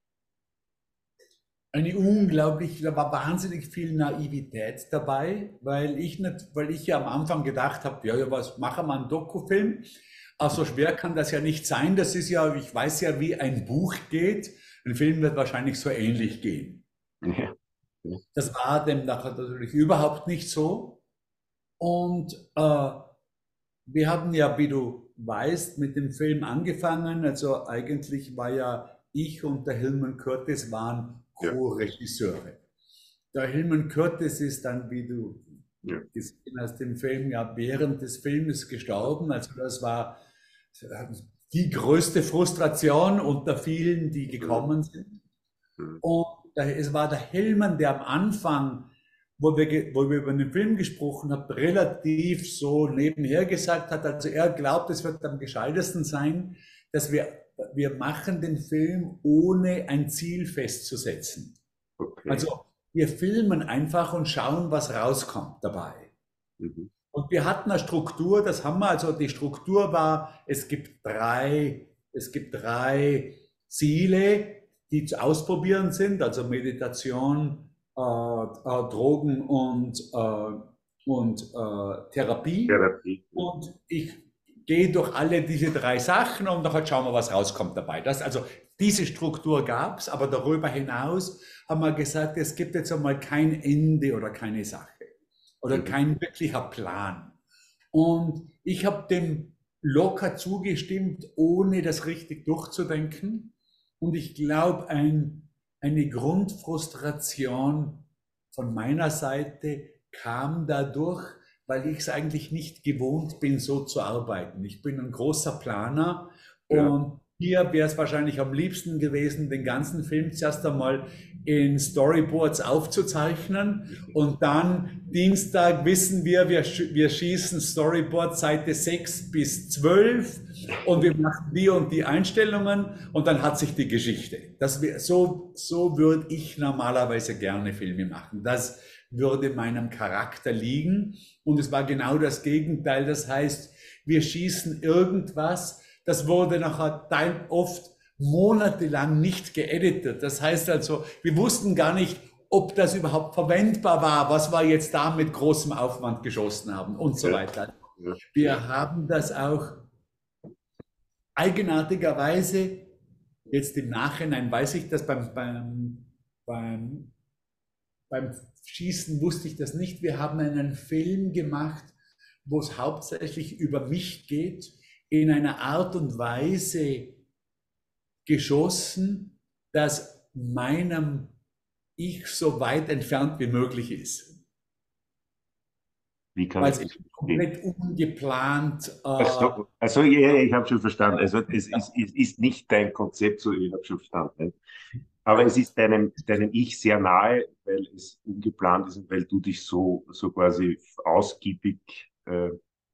eine unglaublich, da war wahnsinnig viel Naivität dabei, weil ich nicht, weil ich ja am Anfang gedacht habe, ja, ja, was machen wir einen Dokufilm? Aber so schwer kann das ja nicht sein. Das ist ja, ich weiß ja, wie ein Buch geht. Ein Film wird wahrscheinlich so ähnlich gehen. Ja. Ja. Das war dem nachher natürlich überhaupt nicht so. Und äh, wir haben ja, wie du weißt, mit dem Film angefangen. Also eigentlich war ja ich und der Hilman Curtis waren Ja. Co-Regisseure. Der Hilman Curtis ist dann, wie du Ja. gesehen hast, im Film ja während des Filmes gestorben. Also das war die größte Frustration unter vielen, die gekommen sind. Mhm. Und es war der Hillman, der am Anfang, wo wir, wo wir über den Film gesprochen haben, relativ so nebenher gesagt hat, also er glaubt, es wird am gescheitesten sein, dass wir, wir machen den Film ohne ein Ziel festzusetzen. Okay. Also wir filmen einfach und schauen, was rauskommt dabei. Mhm. Und wir hatten eine Struktur, das haben wir, also die Struktur war, es gibt drei, es gibt drei Ziele, die zu ausprobieren sind, also Meditation, äh, äh, Drogen und, äh, und äh, Therapie. Therapie. Und ich gehe durch alle diese drei Sachen und dann schauen wir, was rauskommt dabei. Das, also diese Struktur gab es, aber darüber hinaus haben wir gesagt, es gibt jetzt einmal kein Ende oder keine Sache oder Mhm. kein wirklicher Plan. Und ich habe dem locker zugestimmt, ohne das richtig durchzudenken. Und ich glaube, ein, eine Grundfrustration von meiner Seite kam dadurch, weil ich es eigentlich nicht gewohnt bin, so zu arbeiten. Ich bin ein großer Planer Ja. und hier wäre es wahrscheinlich am liebsten gewesen, den ganzen Film zuerst einmal in Storyboards aufzuzeichnen und dann Dienstag wissen wir, wir, wir schießen Storyboard Seite sechs bis zwölf und wir machen die und die Einstellungen und dann hat sich die Geschichte. Das wär, so, so würde ich normalerweise gerne Filme machen. Das würde meinem Charakter liegen und es war genau das Gegenteil. Das heißt, wir schießen irgendwas, das wurde nachher oft monatelang nicht geeditet. Das heißt also, wir wussten gar nicht, ob das überhaupt verwendbar war, was wir jetzt da mit großem Aufwand geschossen haben und so Ja. weiter. Ja. Wir haben das auch eigenartigerweise, jetzt im Nachhinein weiß ich das, beim, beim, beim, beim Schießen wusste ich das nicht. Wir haben einen Film gemacht, wo es hauptsächlich über mich geht, in einer Art und Weise geschossen, dass meinem Ich so weit entfernt wie möglich ist. Wie kann Weil ich es das verstehen? komplett ungeplant. Äh, Also, also ja, ja, ich habe schon verstanden. Also es ist, es ist nicht dein Konzept, so ich habe schon verstanden. Aber es ist deinem, deinem Ich sehr nahe, weil es ungeplant ist und weil du dich so, so quasi ausgiebig äh,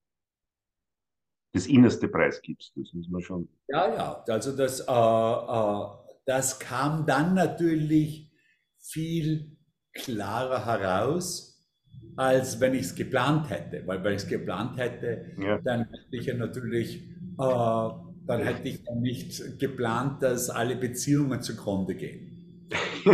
das Innerste preisgibst. Das muss man schon. Ja, ja, also das, äh, äh, das kam dann natürlich viel klarer heraus, als wenn ich es geplant hätte. Weil wenn ich es geplant hätte, Ja. dann hätte ich ja natürlich, äh, dann hätte ich dann nicht geplant, dass alle Beziehungen zugrunde gehen.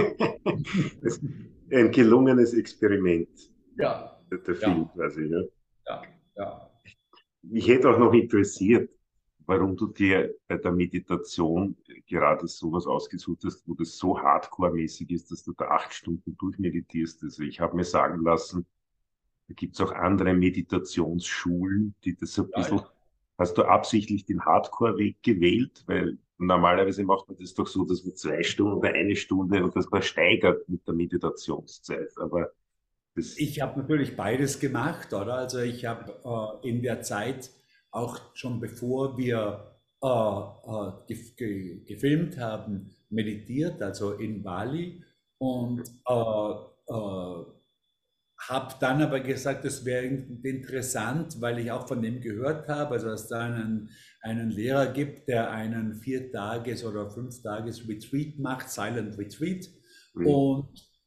Das ist ein gelungenes Experiment, Ja, der der Film ja, quasi. Ja. ja, ja. Mich hätte auch noch interessiert, warum du dir bei der Meditation gerade sowas ausgesucht hast, wo das so hardcore-mäßig ist, dass du da acht Stunden durchmeditierst. Also ich habe mir sagen lassen, da gibt es auch andere Meditationsschulen, die das so ein Ja, bisschen. ja. Hast du absichtlich den Hardcore-Weg gewählt? Weil normalerweise macht man das doch so, dass man zwei Stunden oder eine Stunde und das man steigert mit der Meditationszeit. Aber das, Ich habe natürlich beides gemacht, oder? Also ich habe äh, in der Zeit, auch schon bevor wir äh, äh, gef ge gefilmt haben, meditiert, also in Bali, und äh, äh, habe dann aber gesagt, es wäre interessant, weil ich auch von dem gehört habe, also dass da einen, einen Lehrer gibt, der einen Vier-Tages- oder Fünf-Tages-Retreat macht, Silent Retreat. hm, Und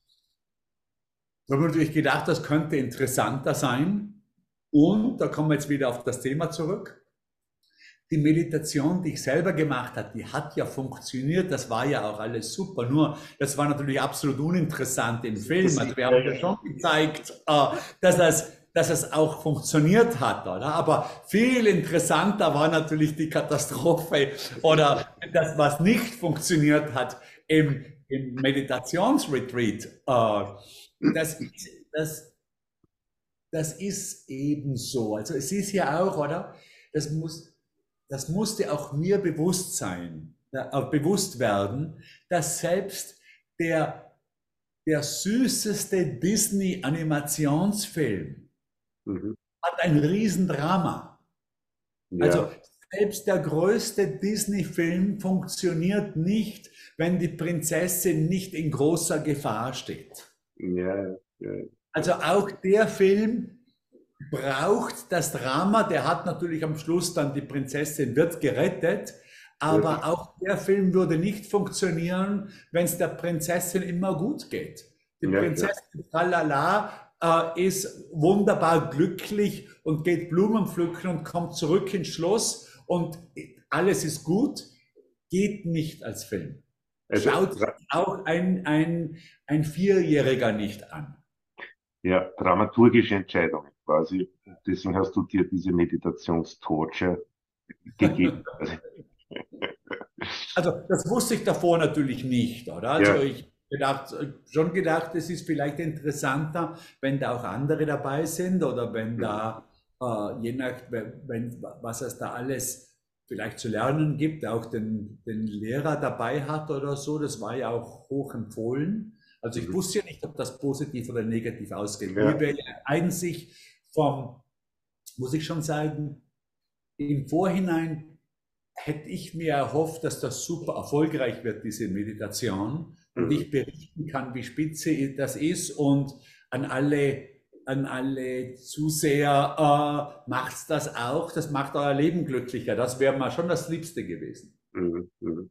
da habe ich natürlich gedacht, das könnte interessanter sein. Und da kommen wir jetzt wieder auf das Thema zurück. Die Meditation, die ich selber gemacht habe, die hat ja funktioniert. Das war ja auch alles super. Nur, das war natürlich absolut uninteressant im Film. das, Also wir ja, haben ja ja, schon gezeigt, äh, dass das dass es auch funktioniert hat, oder? Aber viel interessanter war natürlich die Katastrophe oder das, was nicht funktioniert hat im, im Meditationsretreat. Äh, das, das, das ist eben so. Also es ist ja auch, oder? Das muss, das musste auch mir bewusst sein, äh, bewusst werden, dass selbst der, der süßeste Disney-Animationsfilm mhm, hat ein Riesendrama. Also ja, selbst der größte Disney-Film funktioniert nicht, wenn die Prinzessin nicht in großer Gefahr steht. ja, ja, Also auch der Film braucht das Drama, der hat natürlich am Schluss dann die Prinzessin wird gerettet, ja, aber auch der Film würde nicht funktionieren, wenn es der Prinzessin immer gut geht. Die ja, klar. Prinzessin Tralala äh, ist wunderbar glücklich und geht Blumen pflücken und kommt zurück ins Schloss und alles ist gut, geht nicht als Film. Also, Schaut sich dra auch ein, ein, ein Vierjähriger nicht an. ja, dramaturgische Entscheidungen quasi. Und deswegen hast du dir diese Meditationstorture gegeben. Also, Also das wusste ich davor natürlich nicht, oder? Also ja, ich gedacht, schon gedacht, es ist vielleicht interessanter, wenn da auch andere dabei sind oder wenn mhm, da, äh, je nach, wenn, was es da alles vielleicht zu lernen gibt, auch den, den Lehrer dabei hat oder so. Das war ja auch hoch empfohlen. Also ich mhm, wusste ja nicht, ob das positiv oder negativ ausgeht. Mir ja, wäre eigentlich vom, muss ich schon sagen, im Vorhinein hätte ich mir erhofft, dass das super erfolgreich wird, diese Meditation, und mhm, ich berichten kann, wie spitze das ist und an alle, an alle Zuseher, äh, macht's das auch, das macht euer Leben glücklicher. Das wäre mal schon das Liebste gewesen. mhm, mhm.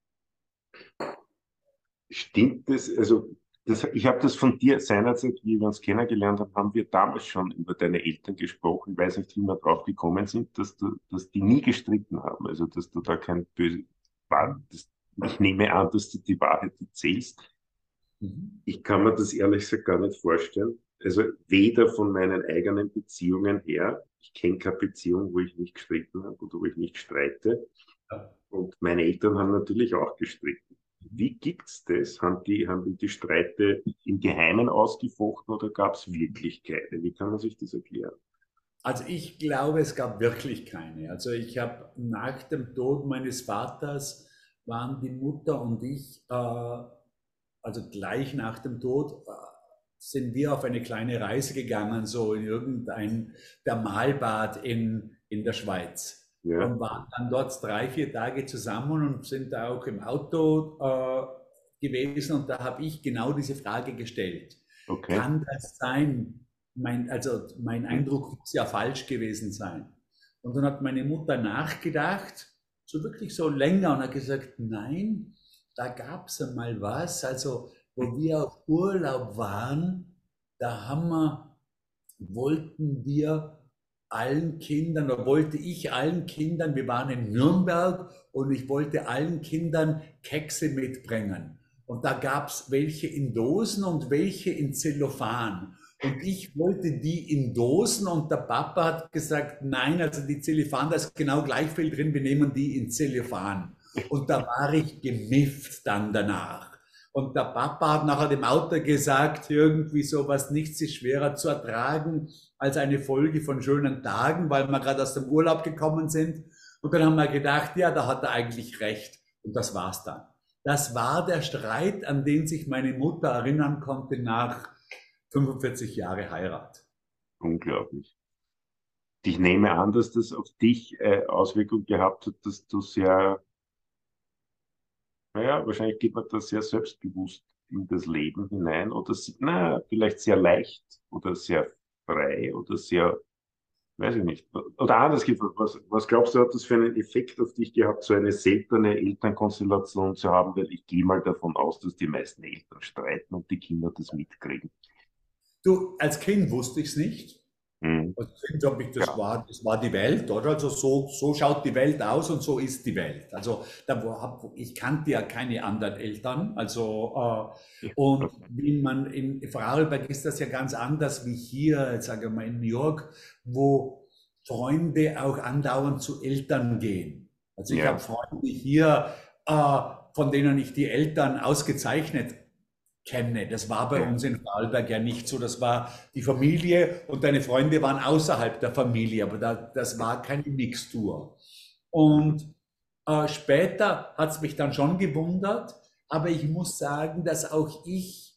Stimmt das? Also, das, ich habe das von dir seinerzeit, wie wir uns kennengelernt haben, haben wir damals schon über deine Eltern gesprochen. Ich weiß nicht, wie wir drauf gekommen sind, dass du, dass die nie gestritten haben. Also, dass du da kein böse, war, das, ich nehme an, dass du die Wahrheit erzählst. Mhm. Ich kann mir das ehrlich gesagt gar nicht vorstellen. Also, weder von meinen eigenen Beziehungen her. Ich kenne keine Beziehung, wo ich nicht gestritten habe oder wo ich nicht streite. Ja. Und meine Eltern haben natürlich auch gestritten. Wie gibt's das? Haben die, haben die, die Streite im Geheimen ausgefochten oder gab es wirklich keine? Wie kann man sich das erklären? Also ich glaube, es gab wirklich keine. Also ich habe nach dem Tod meines Vaters waren die Mutter und ich, äh, also gleich nach dem Tod, äh, sind wir auf eine kleine Reise gegangen, so in irgendein Thermalbad in, in der Schweiz. Ja. Und waren dann dort drei, vier Tage zusammen und sind da auch im Auto äh, gewesen und da habe ich genau diese Frage gestellt. Okay. Kann das sein? Mein, also mein Hm. Eindruck muss ja falsch gewesen sein. Und dann hat meine Mutter nachgedacht, so wirklich so länger und hat gesagt, nein, da gab es einmal was, also wo wir auf Urlaub waren, da haben wir, wollten wir allen Kindern, oder wollte ich allen Kindern, wir waren in Nürnberg und ich wollte allen Kindern Kekse mitbringen. Und da gab es welche in Dosen und welche in Zellophan. Und ich wollte die in Dosen und der Papa hat gesagt, nein, also die Zellophan, da ist genau gleich viel drin, wir nehmen die in Zellophan. Und da war ich gemifft dann danach. Und der Papa hat nachher dem Autor gesagt, irgendwie sowas, nichts ist schwerer zu ertragen als eine Folge von schönen Tagen, weil wir gerade aus dem Urlaub gekommen sind. Und dann haben wir gedacht, ja, da hat er eigentlich recht. Und das war's dann. Das war der Streit, an den sich meine Mutter erinnern konnte nach fünfundvierzig Jahre Heirat. Unglaublich. Ich nehme an, dass das auf dich äh, Auswirkungen gehabt hat, dass du sehr, naja, wahrscheinlich geht man da sehr selbstbewusst in das Leben hinein oder s- na, vielleicht sehr leicht oder sehr frei oder sehr, weiß ich nicht. Oder anders gefragt, was, was glaubst du, hat das für einen Effekt auf dich gehabt, so eine seltene Elternkonstellation zu haben? Weil ich gehe mal davon aus, dass die meisten Eltern streiten und die Kinder das mitkriegen. Du, als Kind wusste ich es nicht. Hm. Als Kind habe ich, das Ja, war, das war die Welt, oder? Also so, so schaut die Welt aus und so ist die Welt. Also da wo hab, ich kannte ja keine anderen Eltern. Also äh, und okay. wie man in Vorarlberg ist das ja ganz anders wie hier, jetzt sage ich mal in New York, wo Freunde auch andauernd zu Eltern gehen. Also ich habe Ja, Freunde hier, äh, von denen ich die Eltern ausgezeichnet kenne. Das war bei ja, uns in Vorarlberg ja nicht so. Das war die Familie und deine Freunde waren außerhalb der Familie, aber da, das war keine Mixtur. mhm. Und äh, später hat es mich dann schon gewundert, aber ich muss sagen, dass auch ich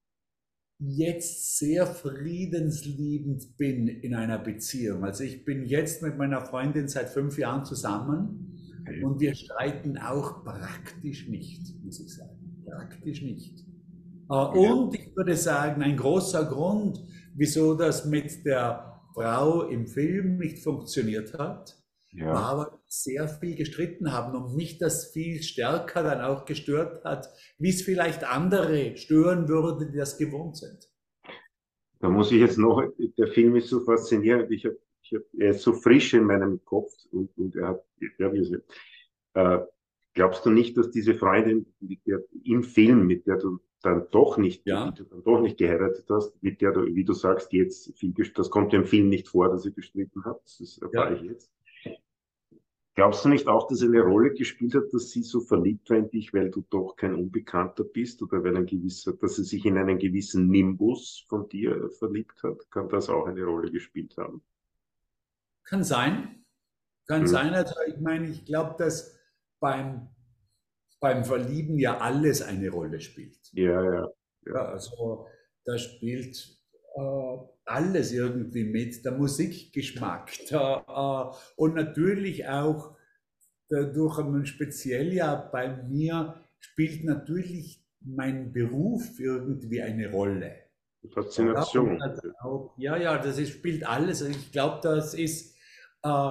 jetzt sehr friedensliebend bin in einer Beziehung. Also ich bin jetzt mit meiner Freundin seit fünf Jahren zusammen Okay. und wir streiten auch praktisch nicht, muss ich sagen. Praktisch nicht. Äh, Ja, Und ich würde sagen, ein großer Grund, wieso das mit der Frau im Film nicht funktioniert hat, ja. war, weil wir sehr viel gestritten haben und mich das viel stärker dann auch gestört hat, wie es vielleicht andere stören würde, die das gewohnt sind. Da muss ich jetzt noch, der Film ist so faszinierend, ich hab, ich hab, er ist so frisch in meinem Kopf und, und er hat, ja, wie gesagt, äh, glaubst du nicht, dass diese Freundin mit der, im Film, mit der du dann doch nicht, die Ja, du dann doch nicht geheiratet hast, mit der du, wie du sagst, jetzt viel, gest- das kommt ja im Film nicht vor, dass ihr gestritten habt, das erfahre ich ja. jetzt. Glaubst du nicht auch, dass eine Rolle gespielt hat, dass sie so verliebt war in dich, weil du doch kein Unbekannter bist oder weil ein gewisser, dass sie sich in einen gewissen Nimbus von dir verliebt hat? Kann das auch eine Rolle gespielt haben? Kann sein. Kann Hm. sein. Also ich meine, ich glaube, dass beim, beim Verlieben ja alles eine Rolle spielt. Ja, ja, ja, Ja, also da spielt äh, alles irgendwie mit, der Musikgeschmack da, äh, und natürlich auch dadurch, ähm, speziell ja bei mir, spielt natürlich mein Beruf irgendwie eine Rolle. Oder? Und Faszination. das auch, ja, ja, das ist, spielt alles. Also ich glaube, das ist äh,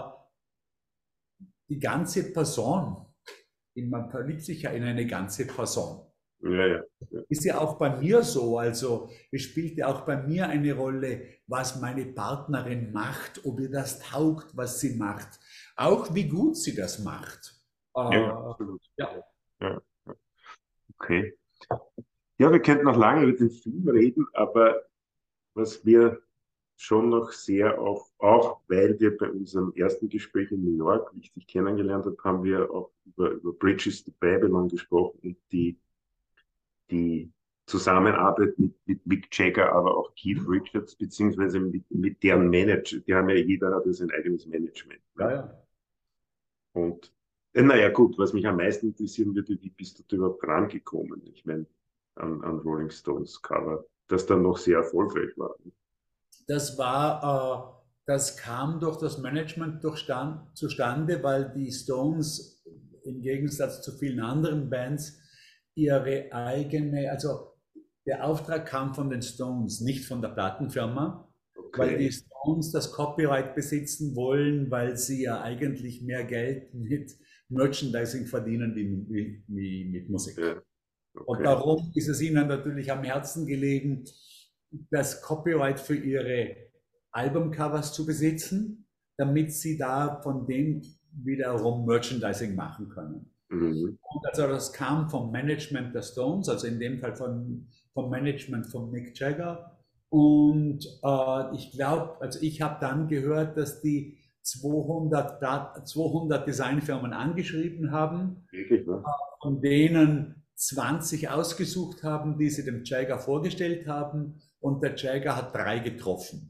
die ganze Person. Man verliebt sich ja in eine ganze Person. Ja, ja, ja, Ist ja auch bei mir so, also es spielt ja auch bei mir eine Rolle, was meine Partnerin macht, ob ihr das taugt, was sie macht, auch wie gut sie das macht. Äh, ja, ja, absolut. ja, Ja, ja. Okay. Ja, wir könnten noch lange über den Film reden, aber was wir schon noch sehr auf, auch weil wir bei unserem ersten Gespräch in New York, wie ich dich kennengelernt habe, haben wir auch über, über Bridges to Babylon gesprochen und die, die Zusammenarbeit mit, mit Mick Jagger, aber auch Keith Richards, beziehungsweise mit, mit deren Manager. Die haben ja, jeder hat ja sein eigenes Management. ja, Ne? ja. Und äh, naja, gut, was mich am meisten interessieren würde, wie bist du da überhaupt rangekommen? Ich meine, an, an Rolling Stones Cover, das dann noch sehr erfolgreich war. Das war, äh, das kam durch das Management durchstand, zustande, weil die Stones im Gegensatz zu vielen anderen Bands ihre eigene, also der Auftrag kam von den Stones, nicht von der Plattenfirma, weil die Okay. Stones das Copyright besitzen wollen, weil sie ja eigentlich mehr Geld mit Merchandising verdienen wie, wie, wie mit Musik. Ja, Und okay. darum ist es ihnen natürlich am Herzen gelegen, das Copyright für ihre Albumcovers zu besitzen, damit sie da von dem wiederum Merchandising machen können. Mhm. Und also das kam vom Management der Stones, also in dem Fall von, vom Management von Mick Jagger. Und äh, ich glaube, also ich habe dann gehört, dass die zweihundert, zweihundert Designfirmen angeschrieben haben, Wirklich, ne? von denen zwanzig ausgesucht haben, die sie dem Jagger vorgestellt haben. Und der Jagger hat drei getroffen.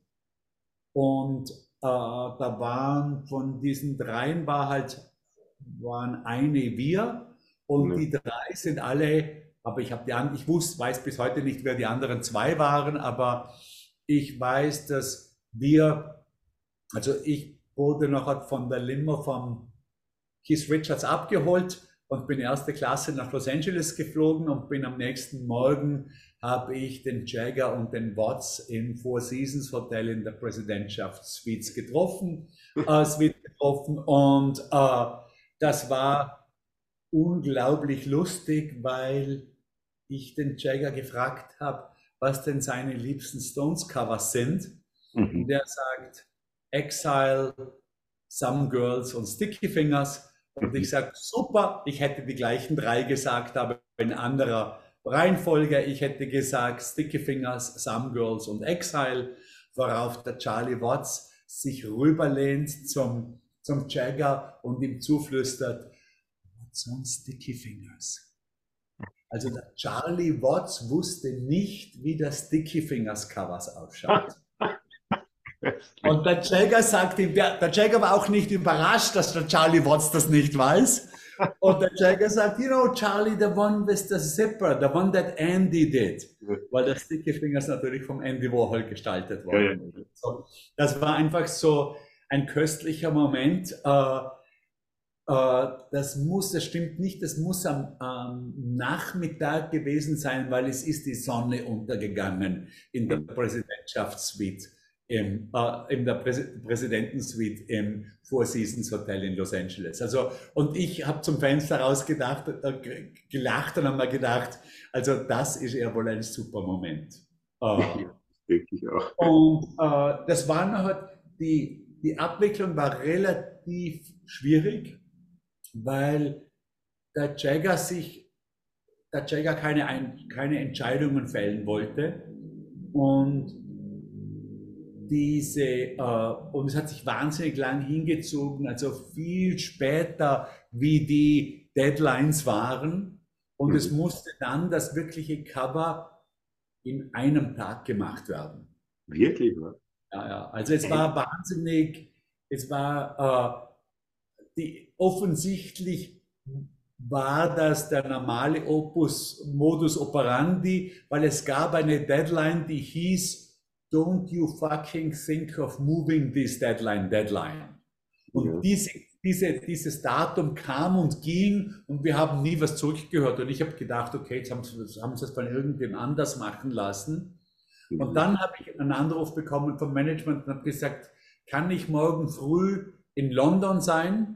Und äh, da waren von diesen dreien war halt, waren eine wir und Ne. die drei sind alle, aber ich habe die an, ich wusste, weiß bis heute nicht, wer die anderen zwei waren, aber ich weiß, dass wir, also ich wurde noch von der Limo vom Keith Richards abgeholt und bin erste Klasse nach Los Angeles geflogen und bin am nächsten Morgen habe ich den Jagger und den Watts im Four Seasons Hotel in der Präsidentschaftssuite getroffen, äh, Suite getroffen und äh, das war unglaublich lustig, weil ich den Jagger gefragt habe, was denn seine liebsten Stones-Covers sind. Und Mhm. der sagt Exile, Some Girls und Sticky Fingers. Und ich Mhm. sage, super, ich hätte die gleichen drei gesagt, aber in anderer Reihenfolge. Ich hätte gesagt Sticky Fingers, Some Girls und Exile, worauf der Charlie Watts sich rüberlehnt zum, zum Jagger und ihm zuflüstert, What's on Sticky Fingers? Also der Charlie Watts wusste nicht, wie das Sticky Fingers Covers ausschaut. Und der Jagger sagt ihm, der, der Jagger war auch nicht überrascht, dass der Charlie Watts das nicht weiß. Und der Jagger sagt, you know, Charlie, the one with the zipper, the one that Andy did. Weil das Sticky Fingers natürlich vom Andy Warhol gestaltet Ja, ja. worden ist. So, das war einfach so ein köstlicher Moment. Äh, äh, das muss, das stimmt nicht, das muss am, am Nachmittag gewesen sein, weil es ist die Sonne untergegangen in der Mhm. Präsidentschaftssuite im, äh, in der Präs Präsidentensuite im Four Seasons Hotel in Los Angeles. Also, und ich habe zum Fenster rausgedacht, äh, gelacht und habe mir gedacht, also das ist ja wohl ein super Moment. Äh, Ja, wirklich auch. und äh, das war noch, halt, die, die Abwicklung war relativ schwierig, weil der Jagger sich, der Jagger keine, ein, keine Entscheidungen fällen wollte. Und diese, äh, und es hat sich wahnsinnig lang hingezogen, also viel später, wie die Deadlines waren. Und es Mhm. musste dann das wirkliche Cover in einem Tag gemacht werden. Wirklich, ne? Ja, ja. Also es Ein, war wahnsinnig, es war äh, die, offensichtlich war das der normale Opus Modus operandi, weil es gab eine Deadline, die hieß Don't you fucking think of moving this deadline, deadline. Und ja. diese, diese, dieses Datum kam und ging und wir haben nie was zurückgehört. Und ich habe gedacht, okay, jetzt haben sie, haben sie es von irgendwem anders machen lassen. Und Mhm. dann habe ich einen Anruf bekommen vom Management und habe gesagt, kann ich morgen früh in London sein?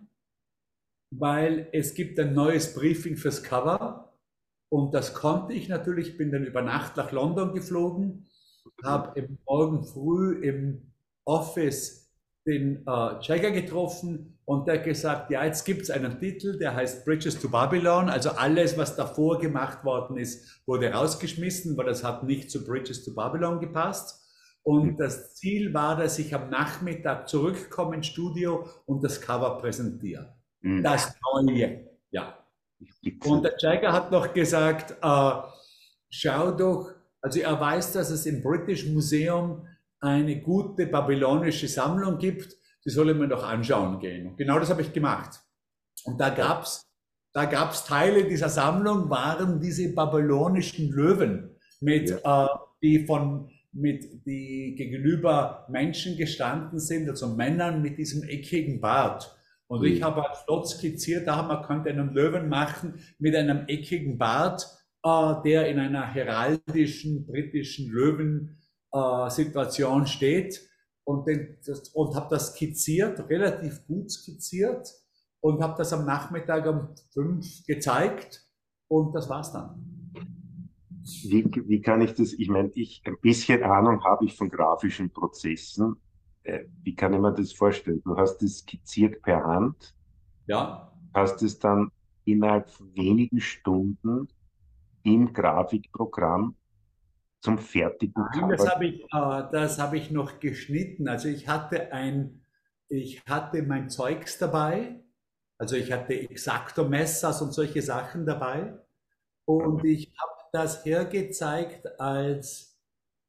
Weil es gibt ein neues Briefing fürs Cover. Und das konnte ich natürlich, bin dann über Nacht nach London geflogen, habe morgen früh im Office den äh, Jagger getroffen und der hat gesagt, ja, jetzt gibt es einen Titel, der heißt Bridges to Babylon. Also alles, was davor gemacht worden ist, wurde rausgeschmissen, weil das hat nicht zu Bridges to Babylon gepasst. Und das Ziel war, dass ich am Nachmittag zurückkomme ins Studio und das Cover präsentiere. Mhm. Das Neue, ja. Gibt's Und nicht. der Jagger hat noch gesagt, äh, schau doch, also er weiß, dass es im British Museum eine gute babylonische Sammlung gibt, die soll ich mir doch anschauen gehen. Und genau das habe ich gemacht. Und da Ja. gab's, da gab's Teile dieser Sammlung, waren diese babylonischen Löwen mit, Ja. äh, die von, mit, die gegenüber Menschen gestanden sind, also Männern mit diesem eckigen Bart. Und ich Mhm. habe halt flott skizziert, da man könnte einen Löwen machen mit einem eckigen Bart äh, der in einer heraldischen britischen Löwen-Situation steht und, den, das, und habe das skizziert, relativ gut skizziert und habe das am Nachmittag um fünf gezeigt und das war's dann. Wie, wie kann ich das, ich meine, ich, ein bisschen Ahnung habe ich von grafischen Prozessen. Äh, wie kann ich mir das vorstellen? Du hast es skizziert per Hand, Ja. hast es dann innerhalb von wenigen Stunden im Grafikprogramm zum fertigen Nein, das Cover. habe ich, äh, das habe ich noch geschnitten. Also ich hatte ein, ich hatte mein Zeugs dabei. Also ich hatte X-Acto-Messers und solche Sachen dabei. Und ich habe das hergezeigt als,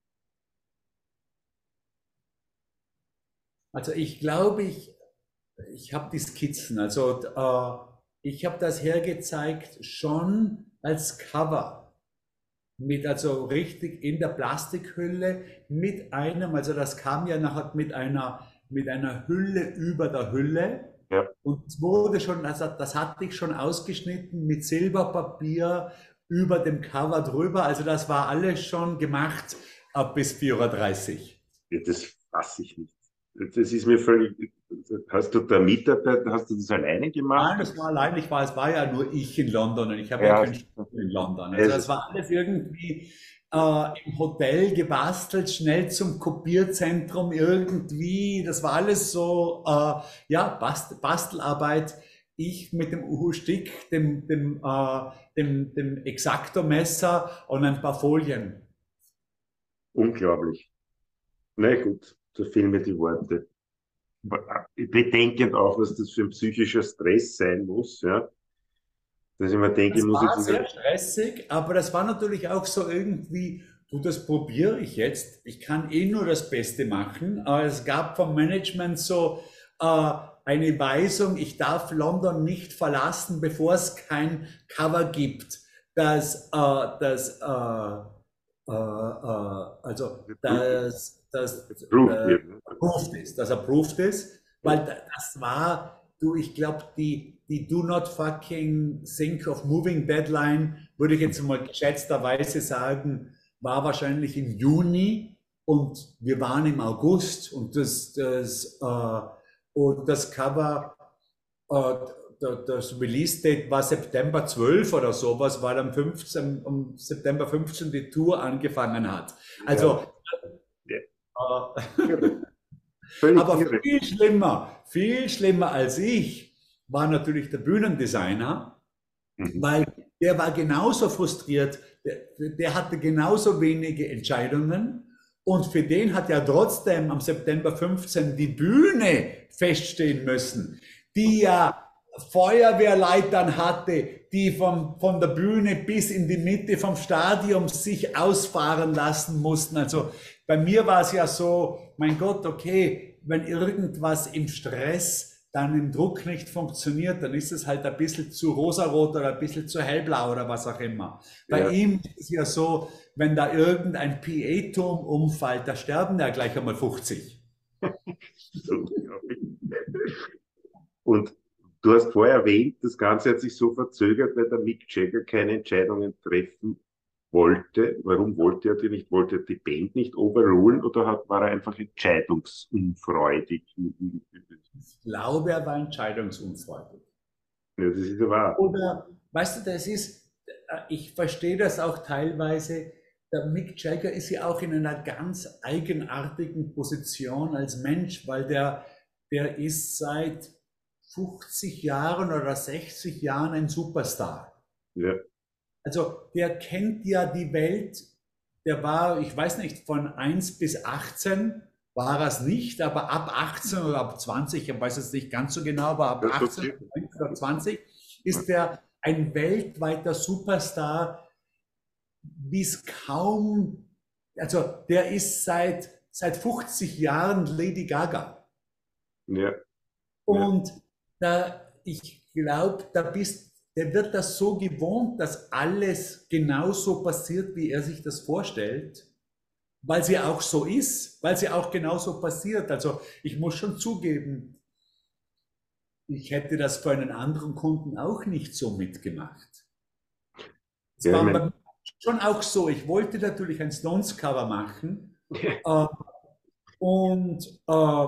also ich glaube, ich, ich habe die Skizzen. Also äh, ich habe das hergezeigt schon als Cover. Mit also richtig in der Plastikhülle mit einem, also das kam ja nachher mit einer, mit einer Hülle über der Hülle Ja, und es wurde schon, also das hatte ich schon ausgeschnitten mit Silberpapier über dem Cover drüber, also das war alles schon gemacht ab bis vier Uhr dreißig. ja, das fasse ich nicht. Das ist mir völlig. Hast du da Mitarbeiter, hast du das alleine gemacht? Nein, das war allein, ich war, es war ja nur ich in London und ich habe ja Ja, kein Studio in London. Also es das ist, war alles irgendwie äh, im Hotel gebastelt, schnell zum Kopierzentrum irgendwie. Das war alles so, äh, ja, Bast Bastelarbeit. Ich mit dem Uhu-Stick, dem, dem, äh, dem, dem X-Acto-Messer und ein paar Folien. unglaublich. Na gut, da fehlen mir die Worte. Bedenkend auch, was das für ein psychischer Stress sein muss, ja. Dass ich mir denke, ich Das muss war jetzt wieder. sehr stressig, aber das war natürlich auch so irgendwie, du, das probiere ich jetzt. Ich kann eh nur das Beste machen. Aber es gab vom Management so äh, eine Weisung, ich darf London nicht verlassen, bevor es kein Cover gibt, das, äh, das äh, äh, äh, also das, das, Approved das wird. Ne? approved ist, das approved ist, Ja, weil das war, du, ich glaube, die, die Do Not Fucking Think of Moving Deadline, würde ich jetzt mal geschätzterweise sagen, war wahrscheinlich im Juni und wir waren im August und das, das, äh, und das Cover, äh, das Release-Date war September zwölf oder sowas, weil am fünfzehnten, um September fünfzehnten die Tour angefangen hat. ja, Also, ja. äh, Irre. Völlig aber irre. viel schlimmer, viel schlimmer als ich war natürlich der Bühnendesigner, Mhm. weil der war genauso frustriert, der, der hatte genauso wenige Entscheidungen und für den hat ja trotzdem am September fünfzehnten die Bühne feststehen müssen, die ja Feuerwehrleitern hatte, die vom, von der Bühne bis in die Mitte vom Stadion sich ausfahren lassen mussten. Also bei mir war es ja so, mein Gott, okay, wenn irgendwas im Stress dann im Druck nicht funktioniert, dann ist es halt ein bisschen zu rosarot oder ein bisschen zu hellblau oder was auch immer. Bei Ja. ihm ist es ja so, wenn da irgendein P A-Turm umfällt, da sterben ja gleich einmal fünfzig. So unglaublich. Und du hast vorher erwähnt, das Ganze hat sich so verzögert, weil der Mick Jagger keine Entscheidungen treffen wollte. Warum wollte er die nicht? Wollte er die Band nicht overrulen oder hat, war er einfach entscheidungsunfreudig? Ich glaube, er war entscheidungsunfreudig. Ja, das ist ja wahr. Oder, weißt du, das ist, äh, ich verstehe das auch teilweise, der Mick Jagger ist ja auch in einer ganz eigenartigen Position als Mensch, weil der, der ist seit fünfzig Jahren oder sechzig Jahren ein Superstar. Ja, Also der kennt ja die Welt, der war, ich weiß nicht, von eins bis achtzehn war er es nicht, aber ab achtzehn oder ab zwanzig, ich weiß es nicht ganz so genau, aber ab das ist so achtzehn circa. oder zwanzig ist er ein weltweiter Superstar, wie es kaum, also der ist seit, seit fünfzig Jahren Lady Gaga. Ja, ja, Und da, ich glaube, da bist, der wird das so gewohnt, dass alles genauso passiert, wie er sich das vorstellt, weil sie auch so ist, weil sie auch genauso passiert. Also ich muss schon zugeben, ich hätte das für einen anderen Kunden auch nicht so mitgemacht. Es ja, ich waren meine, bei schon auch so. Ich wollte natürlich ein Stones-Cover machen äh, und äh,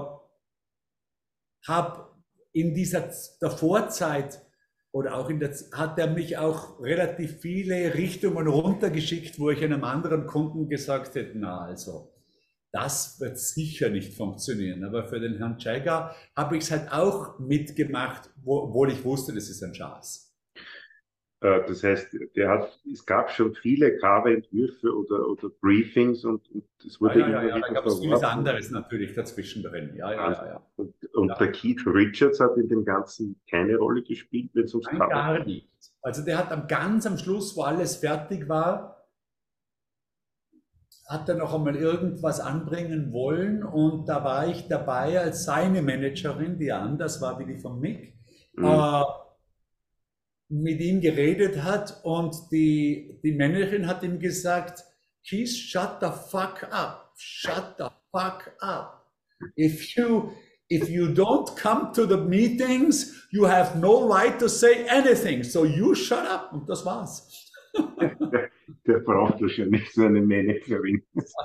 habe in dieser der Vorzeit oder auch in der, hat er mich auch relativ viele Richtungen runtergeschickt, wo ich einem anderen Kunden gesagt hätte, na also, das wird sicher nicht funktionieren. Aber für den Herrn Jagger habe ich es halt auch mitgemacht, wo, obwohl ich wusste, das ist ein Jazz. Äh, Das heißt, der hat, es gab schon viele Coverentwürfe oder, oder Briefings und, und es Ja, wurde ja, ja, immer ja, da wieder gab es vieles verworfen. anderes natürlich dazwischen drin. Ja, ja, ja, Wahnsinn. ja. Und, und der Ja. Keith Richards hat in dem Ganzen keine Rolle gespielt, wenn es ums Nein, Cover gar ging. nicht. Also der hat am ganz am Schluss, wo alles fertig war, hat er noch einmal irgendwas anbringen wollen und da war ich dabei als seine Managerin, die anders war wie die von Mick, Mhm. äh, mit ihm geredet hat und die, die Managerin hat ihm gesagt, Keith, shut the fuck up, shut the fuck up. If you, if you don't come to the meetings, you have no right to say anything, so you shut up. Und das war's. Der, der braucht wahrscheinlich so eine Managerin.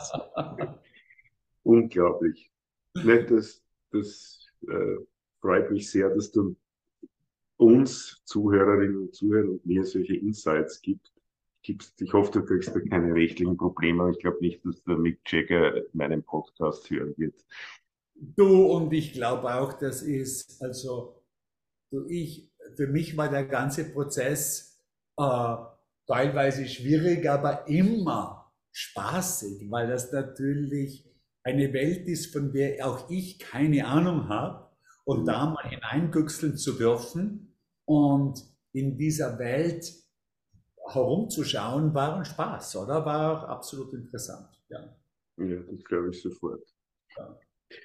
Unglaublich. Ne, das das äh, freut mich sehr, dass du uns Zuhörerinnen und Zuhörer und mir solche Insights gibt, gibst. Ich hoffe, du kriegst da keine rechtlichen Probleme, aber ich glaube nicht, dass der Mick Jagger meinen Podcast hören wird. Du und ich glaube auch, das ist, also, du, ich, für mich war der ganze Prozess äh, teilweise schwierig, aber immer spaßig, weil das natürlich eine Welt ist, von der auch ich keine Ahnung habe und Mhm. da mal hineingüchseln zu dürfen und in dieser Welt herumzuschauen, war ein Spaß, oder? War auch absolut interessant, ja. Ja, das glaube ich sofort. Ja.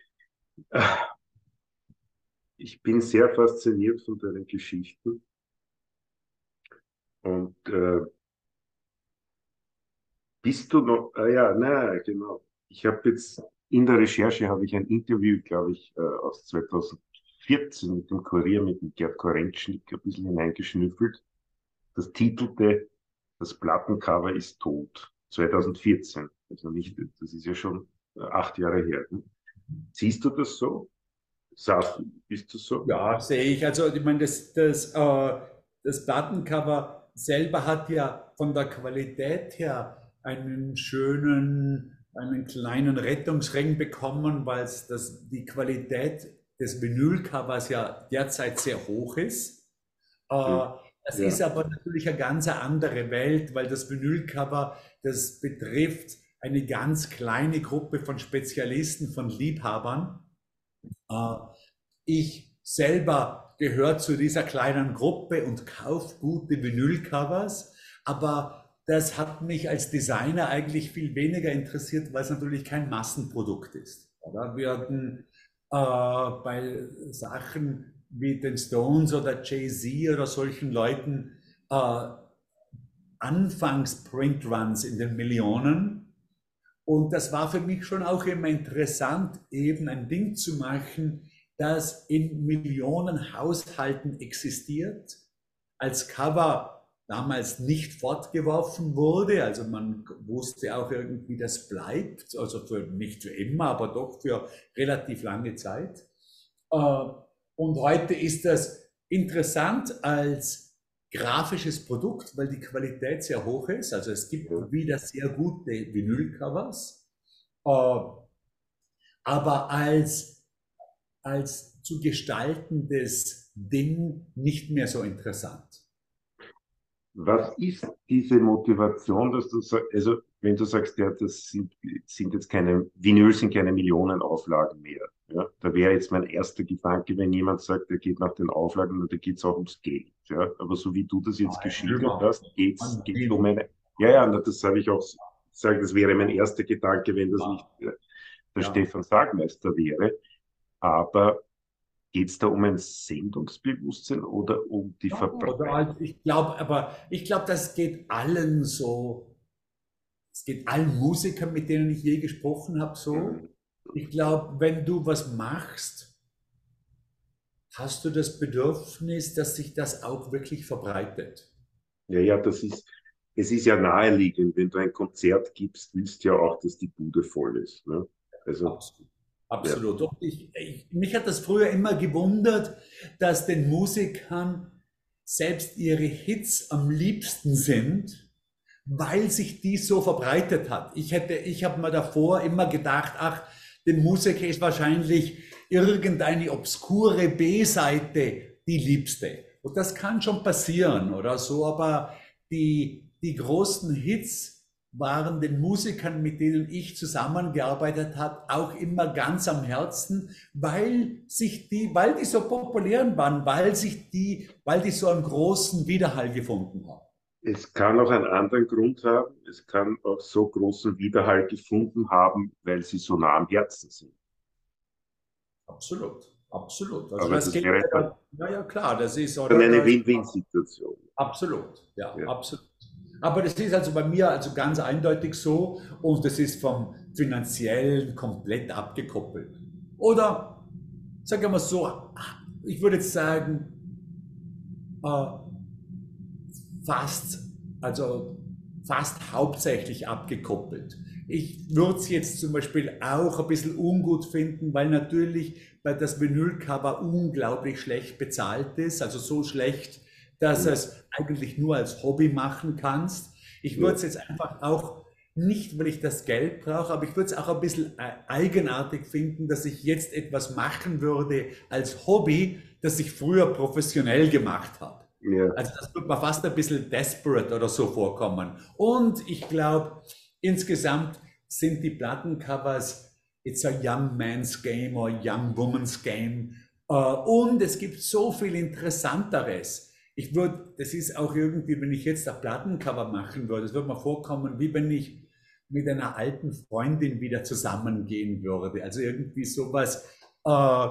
Ich bin sehr fasziniert von deinen Geschichten und äh, bist du noch, ah ja, na, genau. Ich habe jetzt in der Recherche habe ich ein Interview, glaube ich, äh, aus zweitausendvierzehn mit dem Kurier, mit dem Gerd Korentschnik ein bisschen hineingeschnüffelt. Das titelte Das Plattencover ist tot. zweitausendvierzehn. Also nicht, das ist ja schon äh, acht Jahre her. Ne? Siehst du das so? Saßt, bist du so? Ja, sehe ich. Also, ich meine, das, das, äh, das Plattencover selber hat ja von der Qualität her einen schönen, einen kleinen Rettungsring bekommen, weil es das, die Qualität des Vinylcovers ja derzeit sehr hoch ist. Äh, Hm. Das ist Ja. aber natürlich eine ganz andere Welt, weil das Vinylcover, das betrifft eine ganz kleine Gruppe von Spezialisten, von Liebhabern. Äh, Ich selber gehöre zu dieser kleinen Gruppe und kaufe gute Vinylcovers, aber das hat mich als Designer eigentlich viel weniger interessiert, weil es natürlich kein Massenprodukt ist. Oder? Wir hatten äh, bei Sachen wie den Stones oder Jay-Z oder solchen Leuten äh, anfangs Printruns in den Millionen. Und das war für mich schon auch immer interessant, eben ein Ding zu machen, das in Millionen Haushalten existiert, als Cover damals nicht fortgeworfen wurde. Also man wusste auch irgendwie, das bleibt, also für, nicht für immer, aber doch für relativ lange Zeit. Und heute ist das interessant als grafisches Produkt, weil die Qualität sehr hoch ist. Also es gibt Ja. wieder sehr gute Vinylcovers, äh, aber als, als zu gestaltendes Ding nicht mehr so interessant. Was ist diese Motivation, dass du sagst, also wenn du sagst, ja, das sind, sind jetzt keine, Vinyl sind keine Millionenauflagen mehr. Ja? Da wäre jetzt mein erster Gedanke, wenn jemand sagt, er geht nach den Auflagen, da geht es auch ums Geld. Ja? Aber so wie du das jetzt Nein, geschildert überhaupt hast, nicht. geht es Man um will. eine, ja, ja, na, das habe ich auch gesagt, das wäre mein erster Gedanke, wenn das nicht Ja, äh, der ja. Stefan Sagmeister wäre. Aber geht es da um ein Sendungsbewusstsein oder um die Ja, oder Verbreitung? halt, ich glaube, aber ich glaube, das geht allen so. Es geht allen Musikern, mit denen ich je gesprochen habe, so. Mhm. Ich glaube, wenn du was machst, hast du das Bedürfnis, dass sich das auch wirklich verbreitet. Ja, ja, das ist, es ist ja naheliegend, wenn du ein Konzert gibst, willst du ja auch, dass die Bude voll ist. Ne? Also, Absolut. ja, Absolut. Und ich, ich, mich hat das früher immer gewundert, dass den Musikern selbst ihre Hits am liebsten sind, weil sich die so verbreitet hat. Ich hätte, ich habe mir davor immer gedacht, ach, dem Musiker ist wahrscheinlich irgendeine obskure B-Seite die liebste. Und das kann schon passieren oder so, aber die, die großen Hits waren den Musikern, mit denen ich zusammengearbeitet habe, auch immer ganz am Herzen, weil sich die, weil die so populär waren, weil sich die, weil die so einen großen Widerhall gefunden haben. es kann auch einen anderen Grund haben. Es kann auch so großen Widerhall gefunden haben, weil sie so nah am Herzen sind. Absolut, absolut. Also Aber das das geht, wäre dann, ja, ja ja, klar, das ist, dann oder? eine Das, Win-Win-Situation. absolut, ja, Ja. absolut. Aber das ist also bei mir also ganz eindeutig so und das ist vom Finanziellen komplett abgekoppelt. Oder, sagen wir mal so, ich würde jetzt sagen, äh, fast, also fast hauptsächlich abgekoppelt. Ich würde es jetzt zum Beispiel auch ein bisschen ungut finden, weil natürlich bei das Vinylcover unglaublich schlecht bezahlt ist, also so schlecht, dass Hm. es eigentlich nur als Hobby machen kannst. Ich würde Ja. es jetzt einfach auch nicht, weil ich das Geld brauche, aber ich würde es auch ein bisschen eigenartig finden, dass ich jetzt etwas machen würde als Hobby, das ich früher professionell gemacht habe. Ja. Also das wird mir fast ein bisschen desperate oder so vorkommen. Und ich glaube, insgesamt sind die Plattencovers it's a young man's game or young woman's game. Äh, Und es gibt so viel Interessanteres. Ich würde, das ist auch irgendwie, wenn ich jetzt ein Plattencover machen würde, es würde mir vorkommen, wie wenn ich mit einer alten Freundin wieder zusammengehen würde. Also irgendwie sowas, äh,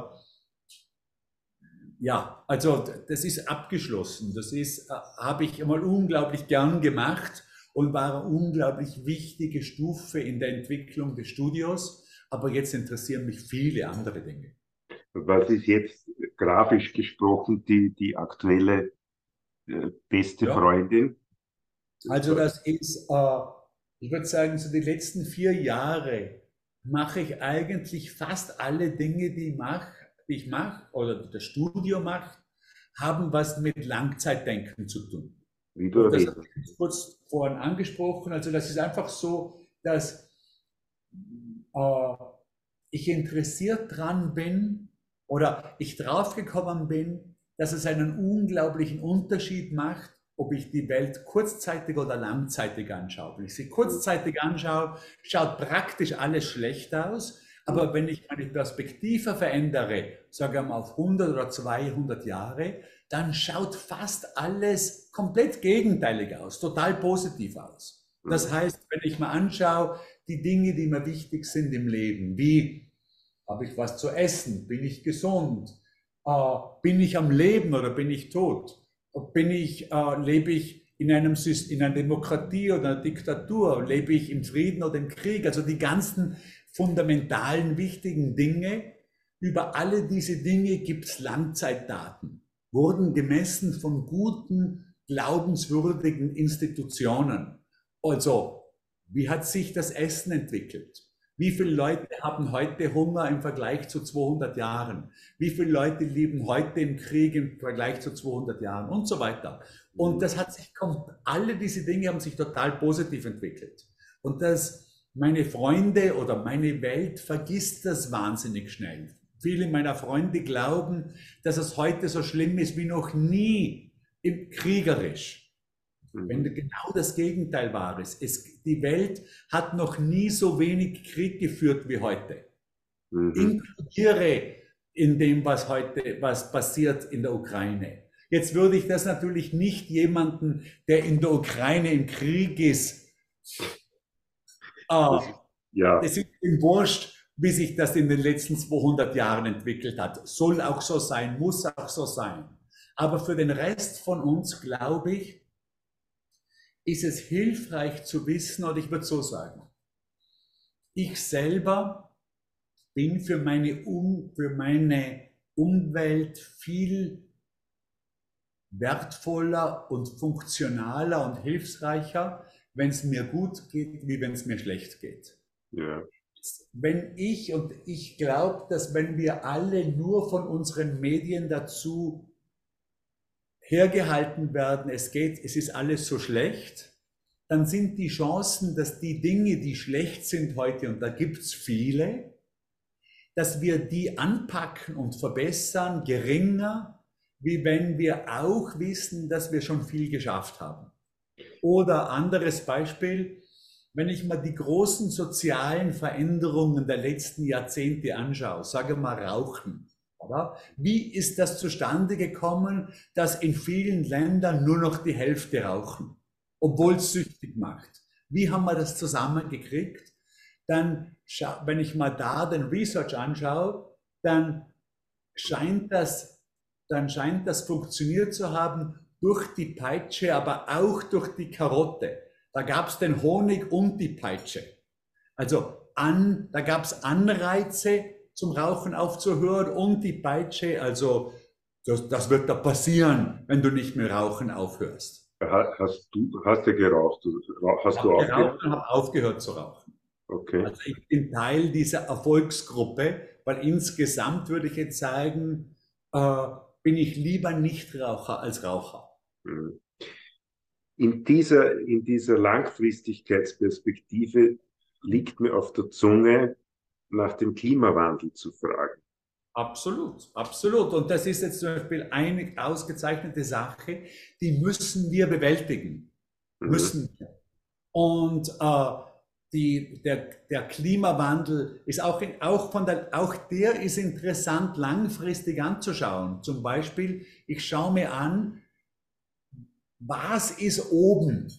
ja, also das ist abgeschlossen. Das ist, äh, habe ich einmal unglaublich gern gemacht und war eine unglaublich wichtige Stufe in der Entwicklung des Studios. Aber jetzt interessieren mich viele andere Dinge. Was ist jetzt grafisch gesprochen die, die aktuelle äh, beste Ja, Freundin? also das ist, äh, ich würde sagen, so die letzten vier Jahre mache ich eigentlich fast alle Dinge, die ich mache, die ich mache oder die das Studio macht, haben was mit Langzeitdenken zu tun. Wie du Und das erwähnt habe hast. ich kurz vorhin angesprochen. Also das ist einfach so, dass äh, ich interessiert dran bin oder ich draufgekommen bin, dass es einen unglaublichen Unterschied macht, ob ich die Welt kurzzeitig oder langzeitig anschaue. Wenn ich sie kurzzeitig anschaue, schaut praktisch alles schlecht aus. Aber wenn ich meine Perspektive verändere, sagen wir mal auf hundert oder zweihundert Jahre, dann schaut fast alles komplett gegenteilig aus, total positiv aus. Das Mhm. heißt, wenn ich mir anschaue, die Dinge, die mir wichtig sind im Leben, wie habe ich was zu essen, bin ich gesund, äh, bin ich am Leben oder bin ich tot, bin ich, äh, lebe ich in, einem, in einer Demokratie oder einer Diktatur, lebe ich im Frieden oder im Krieg, also die ganzen fundamentalen, wichtigen Dinge, über alle diese Dinge gibt es Langzeitdaten, wurden gemessen von guten, glaubenswürdigen Institutionen. Also, wie hat sich das Essen entwickelt? Wie viele Leute haben heute Hunger im Vergleich zu zweihundert Jahren? Wie viele Leute leben heute im Krieg im Vergleich zu zweihundert Jahren? Und so weiter. Und Mhm. das hat sich, alle diese Dinge haben sich total positiv entwickelt. Und das, meine Freunde oder meine Welt vergisst das wahnsinnig schnell. Viele meiner Freunde glauben, dass es heute so schlimm ist wie noch nie im kriegerisch. Wenn Mhm. genau das Gegenteil war es. es. Die Welt hat noch nie so wenig Krieg geführt wie heute. Mhm. Inkludiere in dem, was heute, was passiert in der Ukraine. Jetzt würde ich das natürlich nicht jemanden, der in der Ukraine im Krieg ist, äh, Das ist, ja, das ist ihm wurscht, wie sich das in den letzten zweihundert Jahren entwickelt hat. Soll auch so sein, muss auch so sein. Aber für den Rest von uns, glaube ich, ist es hilfreich zu wissen, oder ich würde so sagen, ich selber bin für meine, um, für meine Umwelt viel wertvoller und funktionaler und hilfsreicher, wenn es mir gut geht, wie wenn es mir schlecht geht. Ja. Wenn ich, und ich glaube, dass wenn wir alle nur von unseren Medien dazu hergehalten werden, es geht, es ist alles so schlecht, dann sind die Chancen, dass die Dinge, die schlecht sind heute, und da gibt es viele, dass wir die anpacken und verbessern, geringer, wie wenn wir auch wissen, dass wir schon viel geschafft haben. Oder anderes Beispiel, wenn ich mal die großen sozialen Veränderungen der letzten Jahrzehnte anschaue, sage mal Rauchen. Oder? Wie ist das zustande gekommen, dass in vielen Ländern nur noch die Hälfte rauchen, obwohl es süchtig macht? Wie haben wir das zusammengekriegt? Dann, wenn ich mal da den Research anschaue, dann scheint das, dann scheint das funktioniert zu haben durch die Peitsche, aber auch durch die Karotte. Da gab es den Honig und die Peitsche. Also an, da gab es Anreize, zum Rauchen aufzuhören und die Peitsche, also das, das wird da passieren, wenn du nicht mehr rauchen aufhörst. Hast du, hast du geraucht? Hast ich du habe aufgehört? geraucht und habe aufgehört zu rauchen. Okay. Also ich bin Teil dieser Erfolgsgruppe, weil insgesamt würde ich jetzt sagen, äh, bin ich lieber Nichtraucher als Raucher. In dieser, in dieser Langfristigkeitsperspektive liegt mir auf der Zunge, nach dem Klimawandel zu fragen. Absolut, absolut. Und das ist jetzt zum Beispiel eine ausgezeichnete Sache, die müssen wir bewältigen. Mhm. Müssen wir. Und äh, die, der, der Klimawandel ist auch, in, auch, von der, auch der ist interessant langfristig anzuschauen. Zum Beispiel, ich schaue mir an, was ist oben?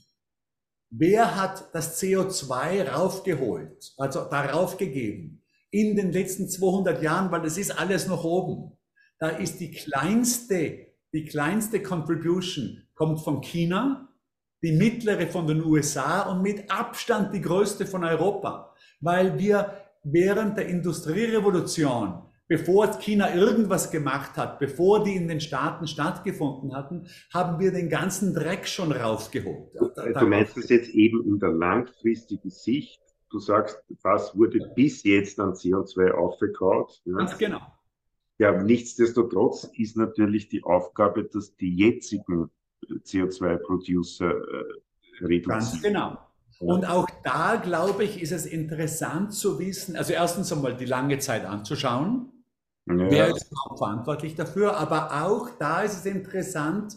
Wer hat das C O zwei raufgeholt, also darauf gegeben? In den letzten zweihundert Jahren, weil das ist alles noch oben. Da ist die kleinste, die kleinste Contribution kommt von China, die mittlere von den U S A und mit Abstand die größte von Europa. Weil wir während der Industrierevolution, bevor China irgendwas gemacht hat, bevor die in den Staaten stattgefunden hatten, haben wir den ganzen Dreck schon raufgeholt. Du meinst das jetzt eben in der langfristigen Sicht? Du sagst, was wurde bis jetzt an C O zwei aufgekaut? Ja? Ganz genau. Ja, nichtsdestotrotz ist natürlich die Aufgabe, dass die jetzigen C O zwei Producer äh, reduzieren. Ganz genau. Und auch da, glaube ich, ist es interessant zu wissen, also erstens einmal die lange Zeit anzuschauen. Ja. Wer ist überhaupt verantwortlich dafür? Aber auch da ist es interessant,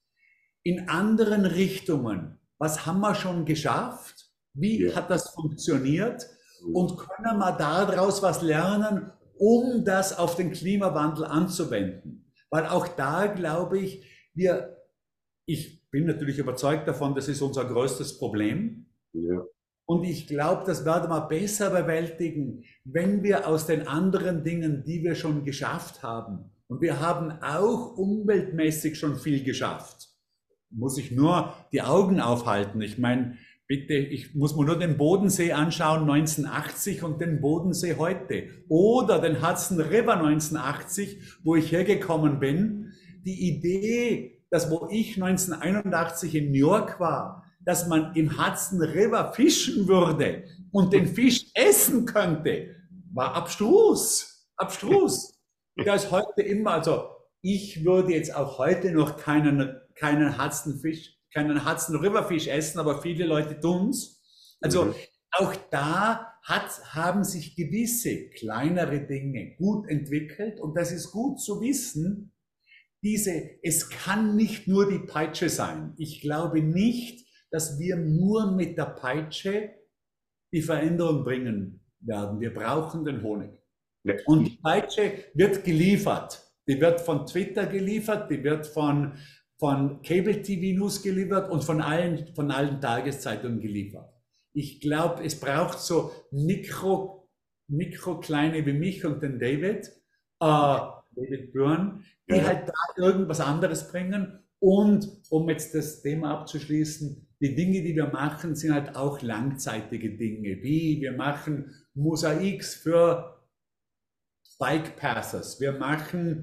in anderen Richtungen. Was haben wir schon geschafft? Wie ja. hat das funktioniert? Und können wir daraus was lernen, um das auf den Klimawandel anzuwenden? Weil auch da glaube ich, wir, ich bin natürlich überzeugt davon, das ist unser größtes Problem. Ja. Und ich glaube, das werden wir besser bewältigen, wenn wir aus den anderen Dingen, die wir schon geschafft haben, und wir haben auch umweltmäßig schon viel geschafft, muss ich nur die Augen aufhalten. Ich meine, bitte, ich muss mir nur den Bodensee anschauen, neunzehnhundertachtzig, und den Bodensee heute. Oder den Hudson River neunzehnhundertachtzig, wo ich hergekommen bin. Die Idee, dass wo ich neunzehnhunderteinundachtzig in New York war, dass man im Hudson River fischen würde und den Fisch essen könnte, war abstrus. Abstrus. Der ist heute immer, also ich würde jetzt auch heute noch keinen, keinen Hudson Fisch keinen Hudson River Fisch essen, aber viele Leute tun's. Also mhm. auch da hat, haben sich gewisse kleinere Dinge gut entwickelt, und das ist gut zu wissen. Diese, es kann nicht nur die Peitsche sein. Ich glaube nicht, dass wir nur mit der Peitsche die Veränderung bringen werden. Wir brauchen den Honig. Ja. Und die Peitsche wird geliefert. Die wird von Twitter geliefert, die wird von von Cable-T V-News geliefert und von allen, von allen Tageszeitungen geliefert. Ich glaube, es braucht so Mikro, Mikro-Kleine wie mich und den David, äh, David Byrne, die ja. halt da irgendwas anderes bringen. Und um jetzt das Thema abzuschließen, die Dinge, die wir machen, sind halt auch langzeitige Dinge, wie wir machen Mosaiks für Bike Passes, wir machen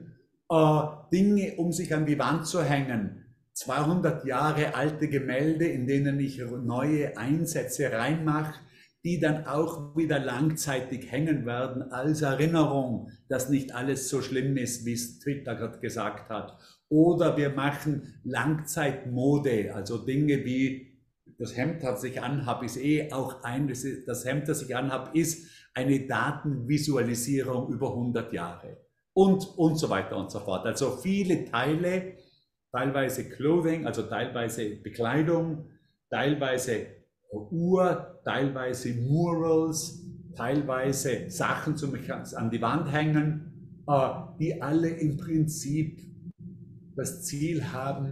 äh, Dinge, um sich an die Wand zu hängen. zweihundert Jahre alte Gemälde, in denen ich neue Einsätze reinmache, die dann auch wieder langzeitig hängen werden als Erinnerung, dass nicht alles so schlimm ist, wie es Twitter gerade gesagt hat. Oder wir machen Langzeitmode, also Dinge wie das Hemd, das ich anhabe, ist eh auch ein, das, ist, das Hemd, das ich anhabe, ist eine Datenvisualisierung über hundert Jahre und, und so weiter und so fort. Also viele Teile, teilweise Clothing, also teilweise Bekleidung, teilweise Uhr, teilweise Murals, teilweise Sachen zum an die Wand hängen, die alle im Prinzip das Ziel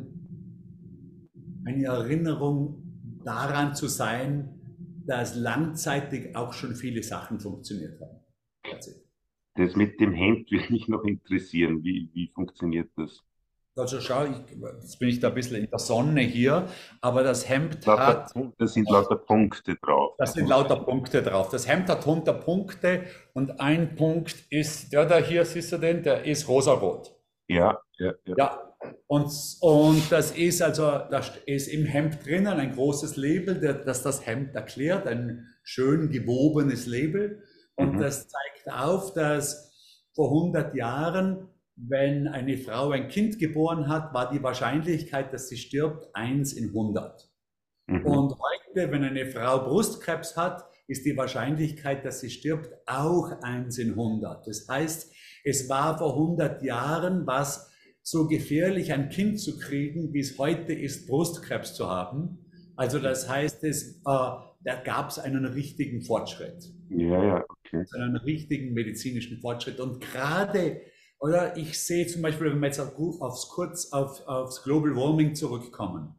haben, eine Erinnerung daran zu sein, dass langzeitig auch schon viele Sachen funktioniert haben. Das mit dem Hemd würde mich noch interessieren. Wie, wie funktioniert das? Also schau, ich, jetzt bin ich da ein bisschen in der Sonne hier, aber das Hemd lauter, hat... Da sind lauter Punkte drauf. Da sind lauter Punkte drauf. Das Hemd hat hundert Punkte und ein Punkt ist, der da hier, siehst du den, der ist rosarot. Ja, ja, ja. Ja, und, und das ist also, da ist im Hemd drinnen ein großes Label, der, das das Hemd erklärt, ein schön gewobenes Label. Und mhm. das zeigt auf, dass vor hundert Jahren, wenn eine Frau ein Kind geboren hat, war die Wahrscheinlichkeit, dass sie stirbt, eins in hundert. Mhm. Und heute, wenn eine Frau Brustkrebs hat, ist die Wahrscheinlichkeit, dass sie stirbt, auch eins in hundert. Das heißt, es war vor hundert Jahren was so gefährlich, ein Kind zu kriegen, wie es heute ist, Brustkrebs zu haben. Also das heißt, es, äh, da gab es einen richtigen Fortschritt. Ja, ja, okay. Einen richtigen medizinischen Fortschritt. Und gerade, oder ich sehe zum Beispiel, wenn wir jetzt auf, aufs kurz auf, aufs Global Warming zurückkommen,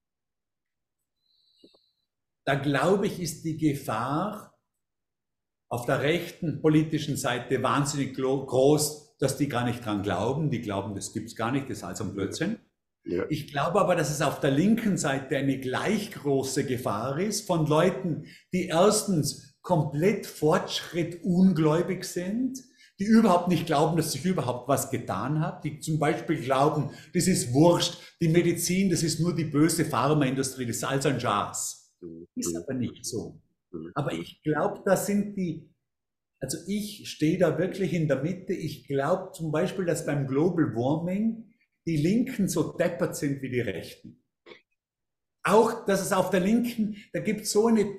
da glaube ich, ist die Gefahr auf der rechten politischen Seite wahnsinnig groß, dass die gar nicht dran glauben. Die glauben, das gibt es gar nicht, das ist also ein Blödsinn. Ja. Ich glaube aber, dass es auf der linken Seite eine gleich große Gefahr ist von Leuten, die erstens komplett fortschrittungläubig sind, die überhaupt nicht glauben, dass sich überhaupt was getan hat, die zum Beispiel glauben, das ist wurscht, die Medizin, das ist nur die böse Pharmaindustrie, das ist also ein Jazz. Ist aber nicht so. Aber ich glaube, da sind die, also ich stehe da wirklich in der Mitte, ich glaube zum Beispiel, dass beim Global Warming die Linken so deppert sind wie die Rechten. Auch, dass es auf der Linken, da gibt es so eine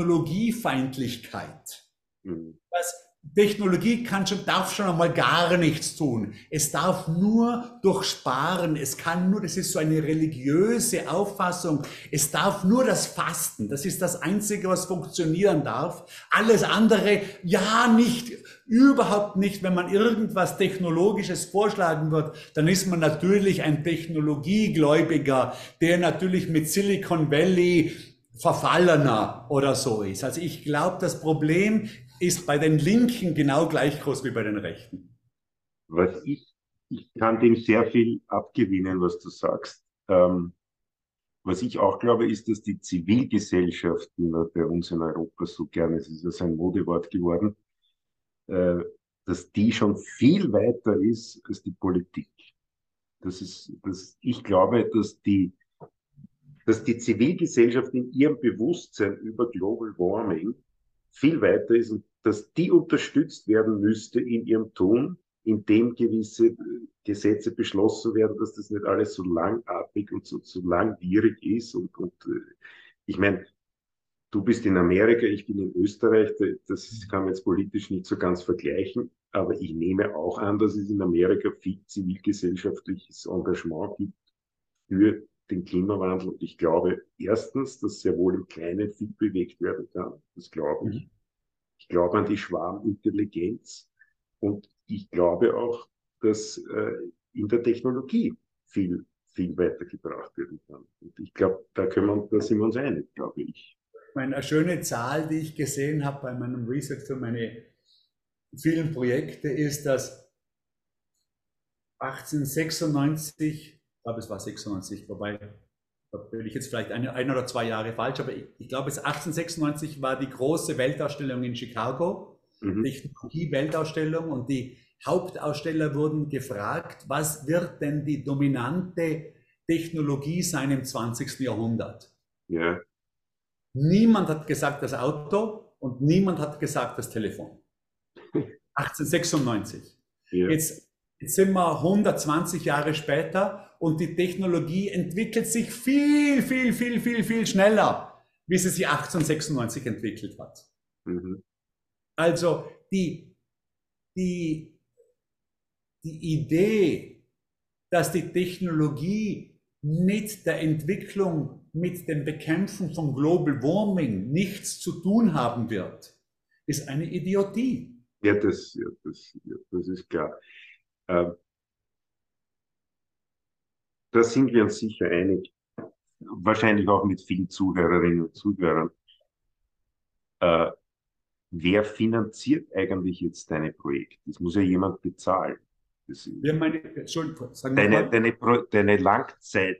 Technologiefeindlichkeit. Mhm. Was Technologie kann schon, darf schon einmal gar nichts tun. Es darf nur durch Sparen, es kann nur, das ist so eine religiöse Auffassung, es darf nur das Fasten, das ist das Einzige, was funktionieren darf. Alles andere, ja nicht, überhaupt nicht. Wenn man irgendwas Technologisches vorschlagen wird, dann ist man natürlich ein Technologiegläubiger, der natürlich mit Silicon Valley verfallener oder so ist. Also ich glaube, das Problem ist bei den Linken genau gleich groß wie bei den Rechten. Was ich, ich kann dem sehr viel abgewinnen, was du sagst. Ähm, was ich auch glaube, ist, dass die Zivilgesellschaft, die wir bei uns in Europa so gerne, es ist ja so ein Modewort geworden, äh, dass die schon viel weiter ist als die Politik. Das ist, das, ich glaube, dass die, dass die Zivilgesellschaft in ihrem Bewusstsein über Global Warming viel weiter ist und dass die unterstützt werden müsste in ihrem Tun, indem gewisse Gesetze beschlossen werden, dass das nicht alles so langatmig und so, so langwierig ist. Und, und ich meine, du bist in Amerika, ich bin in Österreich, das kann man jetzt politisch nicht so ganz vergleichen, aber ich nehme auch an, dass es in Amerika viel zivilgesellschaftliches Engagement gibt für den Klimawandel. Und ich glaube erstens, dass sehr wohl im Kleinen viel bewegt werden kann. Das glaube ich. Ich glaube an die Schwarmintelligenz und ich glaube auch, dass äh, in der Technologie viel, viel weitergebracht werden kann. Und ich glaube, da, können wir, da sind wir uns einig, glaube ich. Eine schöne Zahl, die ich gesehen habe bei meinem Research für meine vielen Projekte, ist, dass achtzehnhundertsechsundneunzig, ich glaube es war sechsundneunzig, wobei, da bin ich jetzt vielleicht ein, ein oder zwei Jahre falsch, aber ich, ich glaube, es achtzehnhundertsechsundneunzig war die große Weltausstellung in Chicago, mhm. Technologie-Weltausstellung, und die Hauptaussteller wurden gefragt, was wird denn die dominante Technologie sein im zwanzigsten Jahrhundert? Ja. Niemand hat gesagt das Auto und niemand hat gesagt das Telefon. achtzehnhundertsechsundneunzig. Ja. Jetzt, jetzt sind wir hundertzwanzig Jahre später und die Technologie entwickelt sich viel, viel, viel, viel, viel schneller, wie sie sich achtzehnhundertsechsundneunzig entwickelt hat. Mhm. Also die, die, die Idee, dass die Technologie mit der Entwicklung, mit dem Bekämpfen von Global Warming nichts zu tun haben wird, ist eine Idiotie. Ja, das, ja, das, ja, das ist klar. Ähm, da sind wir uns sicher einig. Wahrscheinlich auch mit vielen Zuhörerinnen und Zuhörern. Äh, wer finanziert eigentlich jetzt deine Projekte? Das muss ja jemand bezahlen. Das, Wir meine, Entschuldigung, sagen wir deine, mal. deine, Pro- deine Langzeit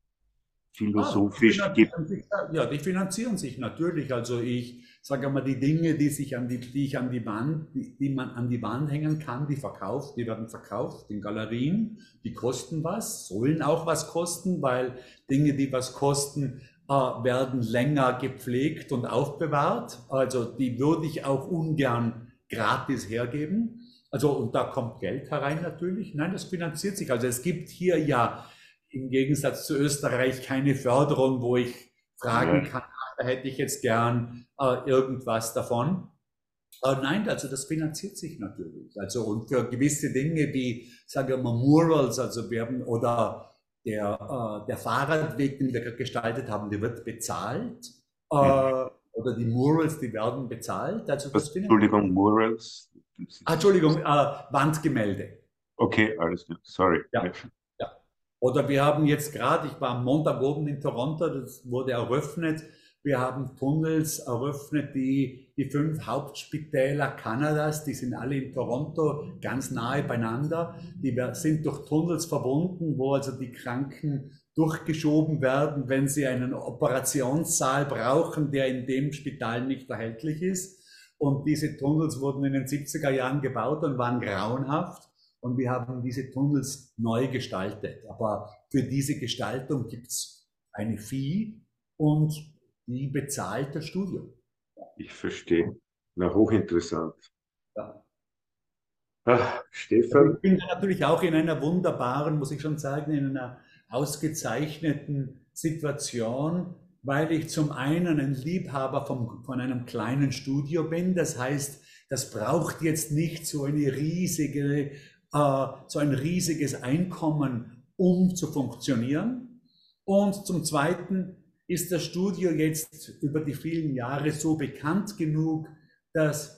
Ah, die philosophisch gibt. finanzieren sich, ja, die finanzieren sich natürlich. Also ich sage mal, die Dinge, die sich an die, die ich an die Wand, die, die man an die Wand hängen kann, die verkauft, die werden verkauft in Galerien, die kosten was, sollen auch was kosten, weil Dinge, die was kosten, äh, werden länger gepflegt und aufbewahrt. Also die würde ich auch ungern gratis hergeben. Also und da kommt Geld herein natürlich. Nein, das finanziert sich. Also es gibt hier ja im Gegensatz zu Österreich keine Förderung, wo ich fragen Ja. kann, ach, da hätte ich jetzt gern äh, irgendwas davon. Aber nein, also das finanziert sich natürlich. Also und für gewisse Dinge wie, sagen wir mal, Murals, also wir haben, oder der, äh, der Fahrradweg, den wir gestaltet haben, der wird bezahlt. Äh, Mhm. oder die Murals, die werden bezahlt. Also das Was, finanziert. Entschuldigung, Murals? Das Ah, ist- Entschuldigung, äh, Wandgemälde. Okay, alles gut. Sorry. Ja. Ja. Oder wir haben jetzt gerade, ich war am Montag oben in Toronto, das wurde eröffnet. Wir haben Tunnels eröffnet, die die fünf Hauptspitäler Kanadas, die sind alle in Toronto ganz nahe beieinander. Die wer- sind durch Tunnels verbunden, wo also die Kranken durchgeschoben werden, wenn sie einen Operationssaal brauchen, der in dem Spital nicht erhältlich ist. Und diese Tunnels wurden in den siebziger Jahren gebaut und waren grauenhaft. Und wir haben diese Tunnels neu gestaltet. Aber für diese Gestaltung gibt es eine Fee und die bezahlt das Studio. Ich verstehe. Na, hochinteressant. Ja. Ah, Also Stefan, ich bin natürlich auch in einer wunderbaren, muss ich schon sagen, in einer ausgezeichneten Situation, weil ich zum einen ein Liebhaber vom, von einem kleinen Studio bin. Das heißt, das braucht jetzt nicht so eine riesige, äh, so ein riesiges Einkommen, um zu funktionieren. Und zum Zweiten ist das Studio jetzt über die vielen Jahre so bekannt genug, dass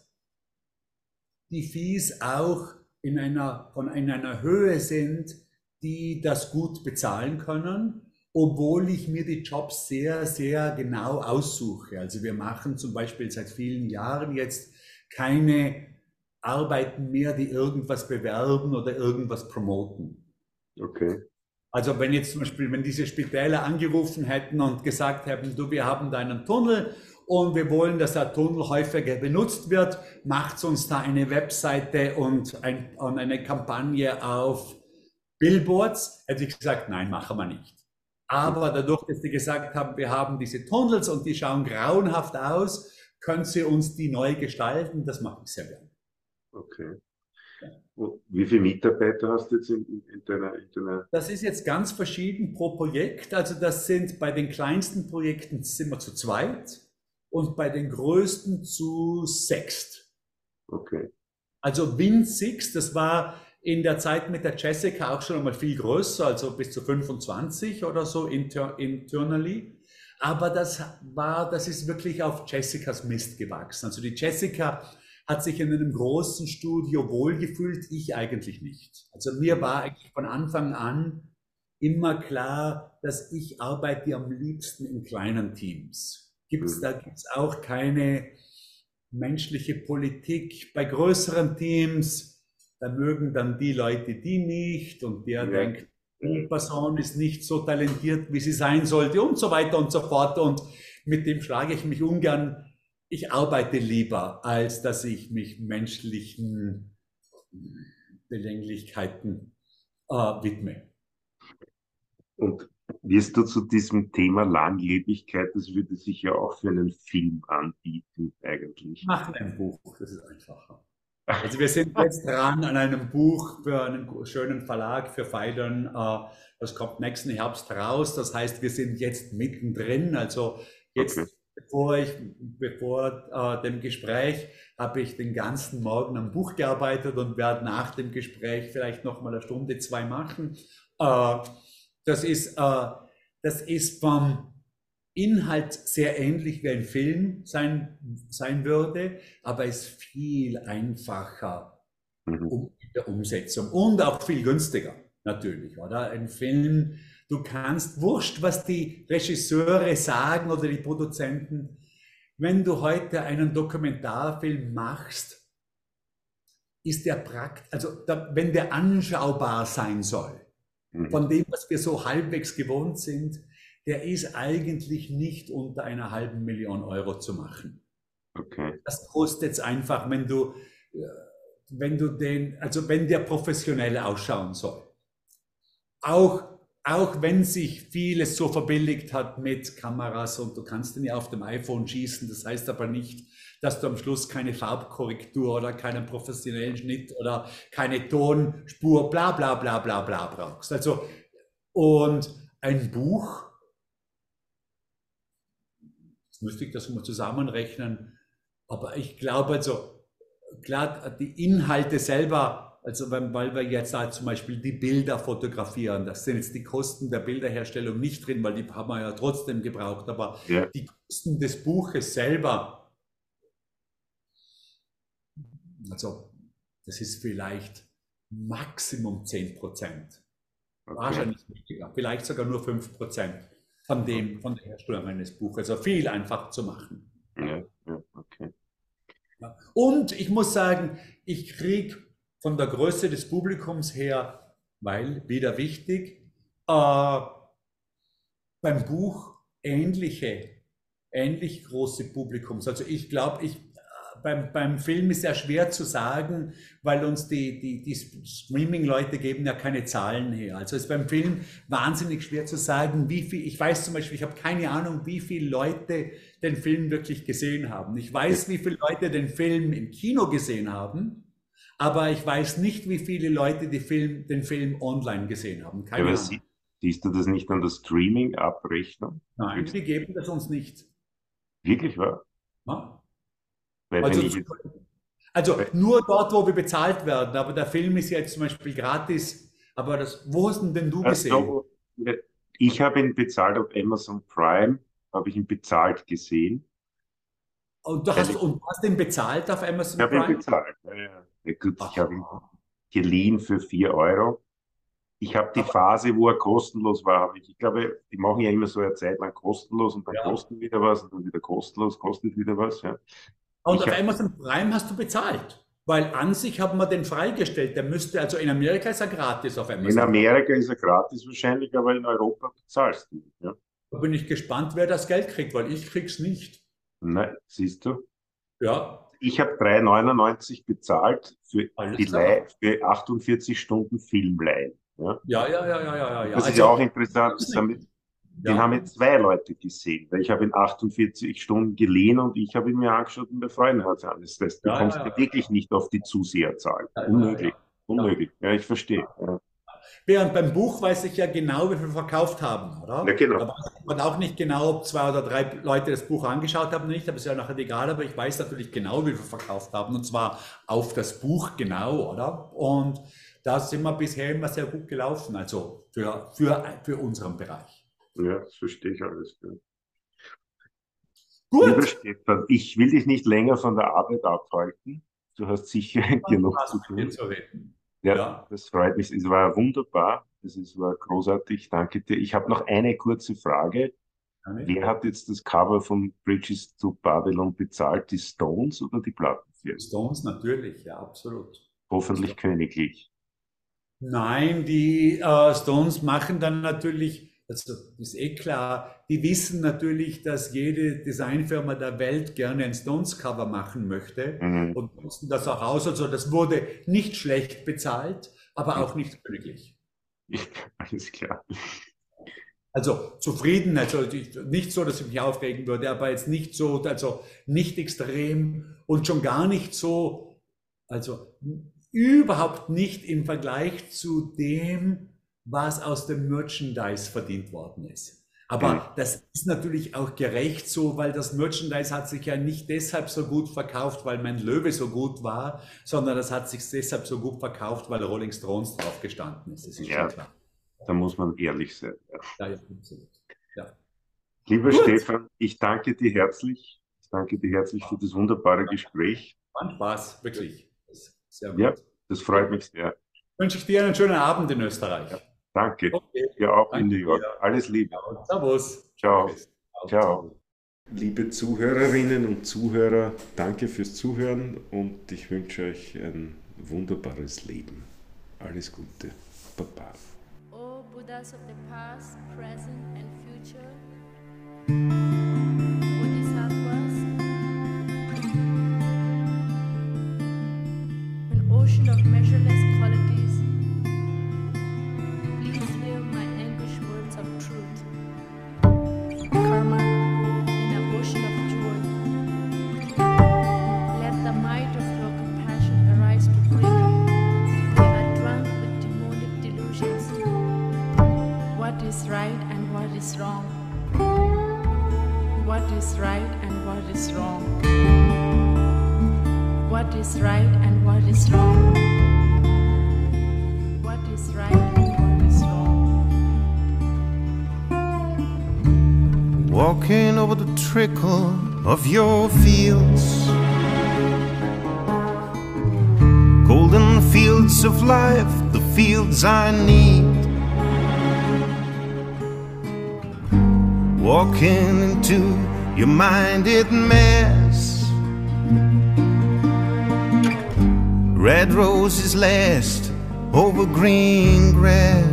die Fees auch in einer, von in einer Höhe sind, die das gut bezahlen können, obwohl ich mir die Jobs sehr, sehr genau aussuche. Also wir machen zum Beispiel seit vielen Jahren jetzt keine Arbeiten mehr, die irgendwas bewerben oder irgendwas promoten. okay. Also wenn jetzt zum Beispiel, wenn diese Spitäler angerufen hätten und gesagt hätten, du, wir haben da einen Tunnel und wir wollen, dass der Tunnel häufiger benutzt wird, macht uns da eine Webseite und, ein, und eine Kampagne auf Billboards, hätte ich gesagt, nein, machen wir nicht. Aber dadurch, dass die gesagt haben, wir haben diese Tunnels und die schauen grauenhaft aus, können sie uns die neu gestalten, das mache ich sehr gerne. Okay. Und wie viele Mitarbeiter hast du jetzt in, in, deiner, in deiner... Das ist jetzt ganz verschieden pro Projekt. Also das sind bei den kleinsten Projekten sind wir zu zweit und bei den größten zu sechst. Okay. Also winzig, das war in der Zeit mit der Jessica auch schon einmal viel größer, also bis zu fünfundzwanzig oder so inter, internally. Aber das war, das ist wirklich auf Jessicas Mist gewachsen. Also die Jessica hat sich in einem großen Studio wohlgefühlt, ich eigentlich nicht. Also mir war eigentlich von Anfang an immer klar, dass ich arbeite am liebsten in kleinen Teams. Gibt's, Mhm. da gibt's auch keine menschliche Politik. Bei größeren Teams, da mögen dann die Leute die nicht und der Ja. denkt, die Person ist nicht so talentiert, wie sie sein sollte und so weiter und so fort. Und mit dem schlage ich mich ungern. Ich arbeite lieber, als dass ich mich menschlichen Unbelänglichkeiten äh, widme. Und wirst du zu diesem Thema Langlebigkeit, das würde sich ja auch für einen Film anbieten, eigentlich. Machen ein Buch, das ist einfacher. Also wir sind jetzt dran an einem Buch für einen schönen Verlag für Phaidon. äh, Das kommt nächsten Herbst raus. Das heißt, wir sind jetzt mittendrin. Also Okay. jetzt, bevor ich, bevor äh, dem Gespräch, habe ich den ganzen Morgen am Buch gearbeitet und werde nach dem Gespräch vielleicht noch mal eine Stunde, zwei machen. Äh, das ist, äh, das ist vom Inhalt sehr ähnlich wie ein Film sein, sein würde, aber ist viel einfacher Mhm. um, in der Umsetzung und auch viel günstiger, natürlich, oder? Ein Film, du kannst, wurscht, was die Regisseure sagen oder die Produzenten, wenn du heute einen Dokumentarfilm machst, ist der praktisch, also da, wenn der anschaubar sein soll, Mhm. von dem, was wir so halbwegs gewohnt sind, der ist eigentlich nicht unter einer halben Million Euro zu machen. Okay. Das kostet es einfach, wenn du, äh, wenn du den, also wenn der professionell ausschauen soll. Auch, auch wenn sich vieles so verbilligt hat mit Kameras und du kannst den ja auf dem iPhone schießen, das heißt aber nicht, dass du am Schluss keine Farbkorrektur oder keinen professionellen Schnitt oder keine Tonspur, bla bla bla bla bla brauchst. Also, und ein Buch, jetzt müsste ich das mal zusammenrechnen, aber ich glaube also, klar, die Inhalte selber, also wenn, weil wir jetzt da zum Beispiel die Bilder fotografieren, das sind jetzt die Kosten der Bilderherstellung nicht drin, weil die haben wir ja trotzdem gebraucht, aber Ja. die Kosten des Buches selber, also das ist vielleicht Maximum zehn Prozent, Okay. wahrscheinlich weniger, vielleicht sogar nur fünf Prozent von dem, von der Herstellung eines Buches, also viel einfach zu machen. Ja, ja, okay. Und ich muss sagen, ich kriege von der Größe des Publikums her, weil wieder wichtig, äh, beim Buch ähnliche, ähnlich große Publikums. Also ich glaube, ich, beim, beim Film ist ja schwer zu sagen, weil uns die, die, die Streaming-Leute geben ja keine Zahlen her. Also es ist beim Film wahnsinnig schwer zu sagen, wie viel, ich weiß zum Beispiel, ich habe keine Ahnung, wie viele Leute den Film wirklich gesehen haben. Ich weiß, wie viele Leute den Film im Kino gesehen haben, aber ich weiß nicht, wie viele Leute die Film, den Film online gesehen haben. Ja, Keine aber Ahnung. sie, siehst du das nicht an der Streaming-Abrechnung? Nein, die geben das uns nicht. Wirklich wahr? Ja? Weil Also, wenn ich jetzt, also weil, nur dort, wo wir bezahlt werden, aber der Film ist ja jetzt zum Beispiel gratis. Aber das, wo hast du denn du gesehen? also, ich habe ihn bezahlt auf Amazon Prime, habe ich ihn bezahlt gesehen. Und du Weil hast, ich, und du hast den bezahlt auf ich Amazon habe ihn Prime? bezahlt. Ja, ja. Ja, gut, ich habe ihn Aha. geliehen für vier Euro. Ich habe die Aber, Phase, wo er kostenlos war, habe ich, ich glaube, die machen ja immer so eine Zeit lang kostenlos und dann ja. kostet wieder was und dann wieder kostenlos, kostet wieder was. Ja. Und Ich auf habe, Amazon Prime hast du bezahlt. Weil an sich haben wir den freigestellt. Der müsste, also in Amerika ist er gratis auf in Amazon Prime. Amerika ist er gratis wahrscheinlich, aber in Europa bezahlst du. Ja. Da bin ich gespannt, wer das Geld kriegt, weil ich krieg's nicht. Nein, siehst du? Ja, Ich habe drei neunundneunzig bezahlt für die alles Leih, klar. für achtundvierzig Stunden Filmleihen. Ja. Ja, ja, ja, ja, ja, ja. Und Ja. das ist ja Also, auch interessant, das haben wir, den haben ja. jetzt zwei Leute gesehen, weil ich habe ihn achtundvierzig Stunden geliehen und ich habe ihn mir angeschaut und der Freund hat es alles. Das, du Ja, ja, kommst ja ja, wirklich nicht auf die Zuseherzahl. ja, ja, Unmöglich. ja, ja. Unmöglich. Ja, ich verstehe. Ja, Während beim Buch weiß ich ja genau, wie viel verkauft haben, ja oder? Da genau. weiß man auch nicht genau, ob zwei oder drei Leute das Buch angeschaut haben, nicht, aber ist ja nachher egal, aber ich weiß natürlich genau, wie viel verkauft haben, und zwar auf das Buch genau, oder? Und da sind wir bisher immer sehr gut gelaufen, also für, für, für unseren Bereich. Ja, das verstehe ich alles. Ja. Lieber Gut, Stefan, ich will dich nicht länger von der Arbeit abhalten. Du hast sicher genug Spaß zu mit dir tun. zu reden. Ja, Ja, das freut mich. Es war wunderbar. Es ist- war großartig. Danke dir. Ich habe noch eine kurze Frage. kann ich? Wer hat jetzt das Cover von Bridges to Babylon bezahlt? Die Stones oder die Plattenfirma? Stones natürlich, ja, absolut. Hoffentlich königlich. Nein, die äh, Stones machen dann natürlich Also ist eh klar, die wissen natürlich, dass jede Designfirma der Welt gerne ein Stones-Cover machen möchte Mhm. und nutzen das auch aus. Also das wurde nicht schlecht bezahlt, aber auch nicht glücklich. Alles klar. Also zufrieden, also nicht so, dass ich mich aufregen würde, aber jetzt nicht so, also nicht extrem und schon gar nicht so, also überhaupt nicht im Vergleich zu dem, was aus dem Merchandise verdient worden ist. Aber mhm. das ist natürlich auch gerecht so, weil das Merchandise hat sich ja nicht deshalb so gut verkauft, weil mein Löwe so gut war, sondern das hat sich deshalb so gut verkauft, weil Rolling Stones drauf gestanden ist. Das ist ja, schon klar. Da muss man ehrlich sein. Ja. Ja, ja, absolut. Ja. Lieber gut. Stefan, ich danke dir herzlich. Ich danke dir herzlich für das wunderbare Gespräch. War Spaß, wirklich. Sehr gut. Ja, das freut mich sehr. Wünsche ich dir einen schönen Abend in Österreich. Ja, danke. Okay. Ja, auch danke in New York. dir. Alles Liebe. Servus. Ciao. Ciao. Liebe Zuhörerinnen und Zuhörer, danke fürs Zuhören und ich wünsche euch ein wunderbares Leben. Alles Gute. Baba. O Buddhas of the past, present and future, Bodhisattvas, an ocean of measureless qualities, please hear my anguished words of truth. Karma in an ocean of joy. Let the might of your compassion arise to freedom. We are drunk with demonic delusions. What is right and what is wrong? What is right and what is wrong? What is right and what is wrong? What is right and what is wrong? Walking over the trickle of your fields, golden fields of life, the fields I need. Walking into your minded mess, red roses last over green grass.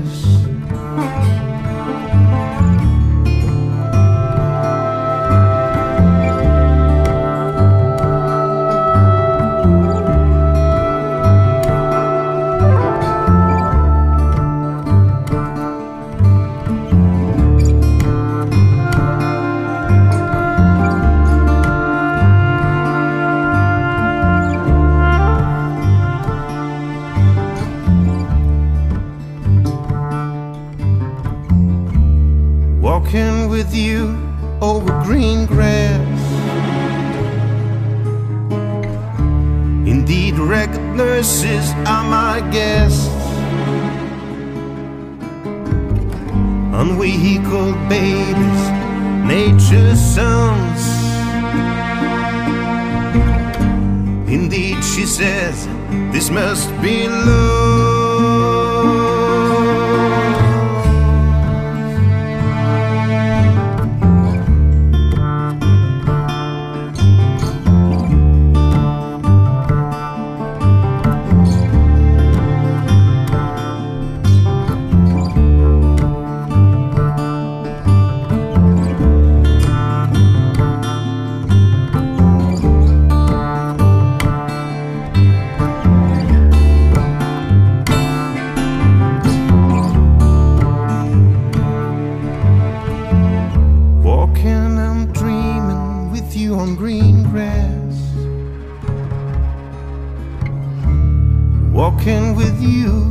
Walking with you over green grass. Indeed, record nurses are my guests. Unvehicled babies, nature's sons. Indeed, she says, this must be love. Walking with you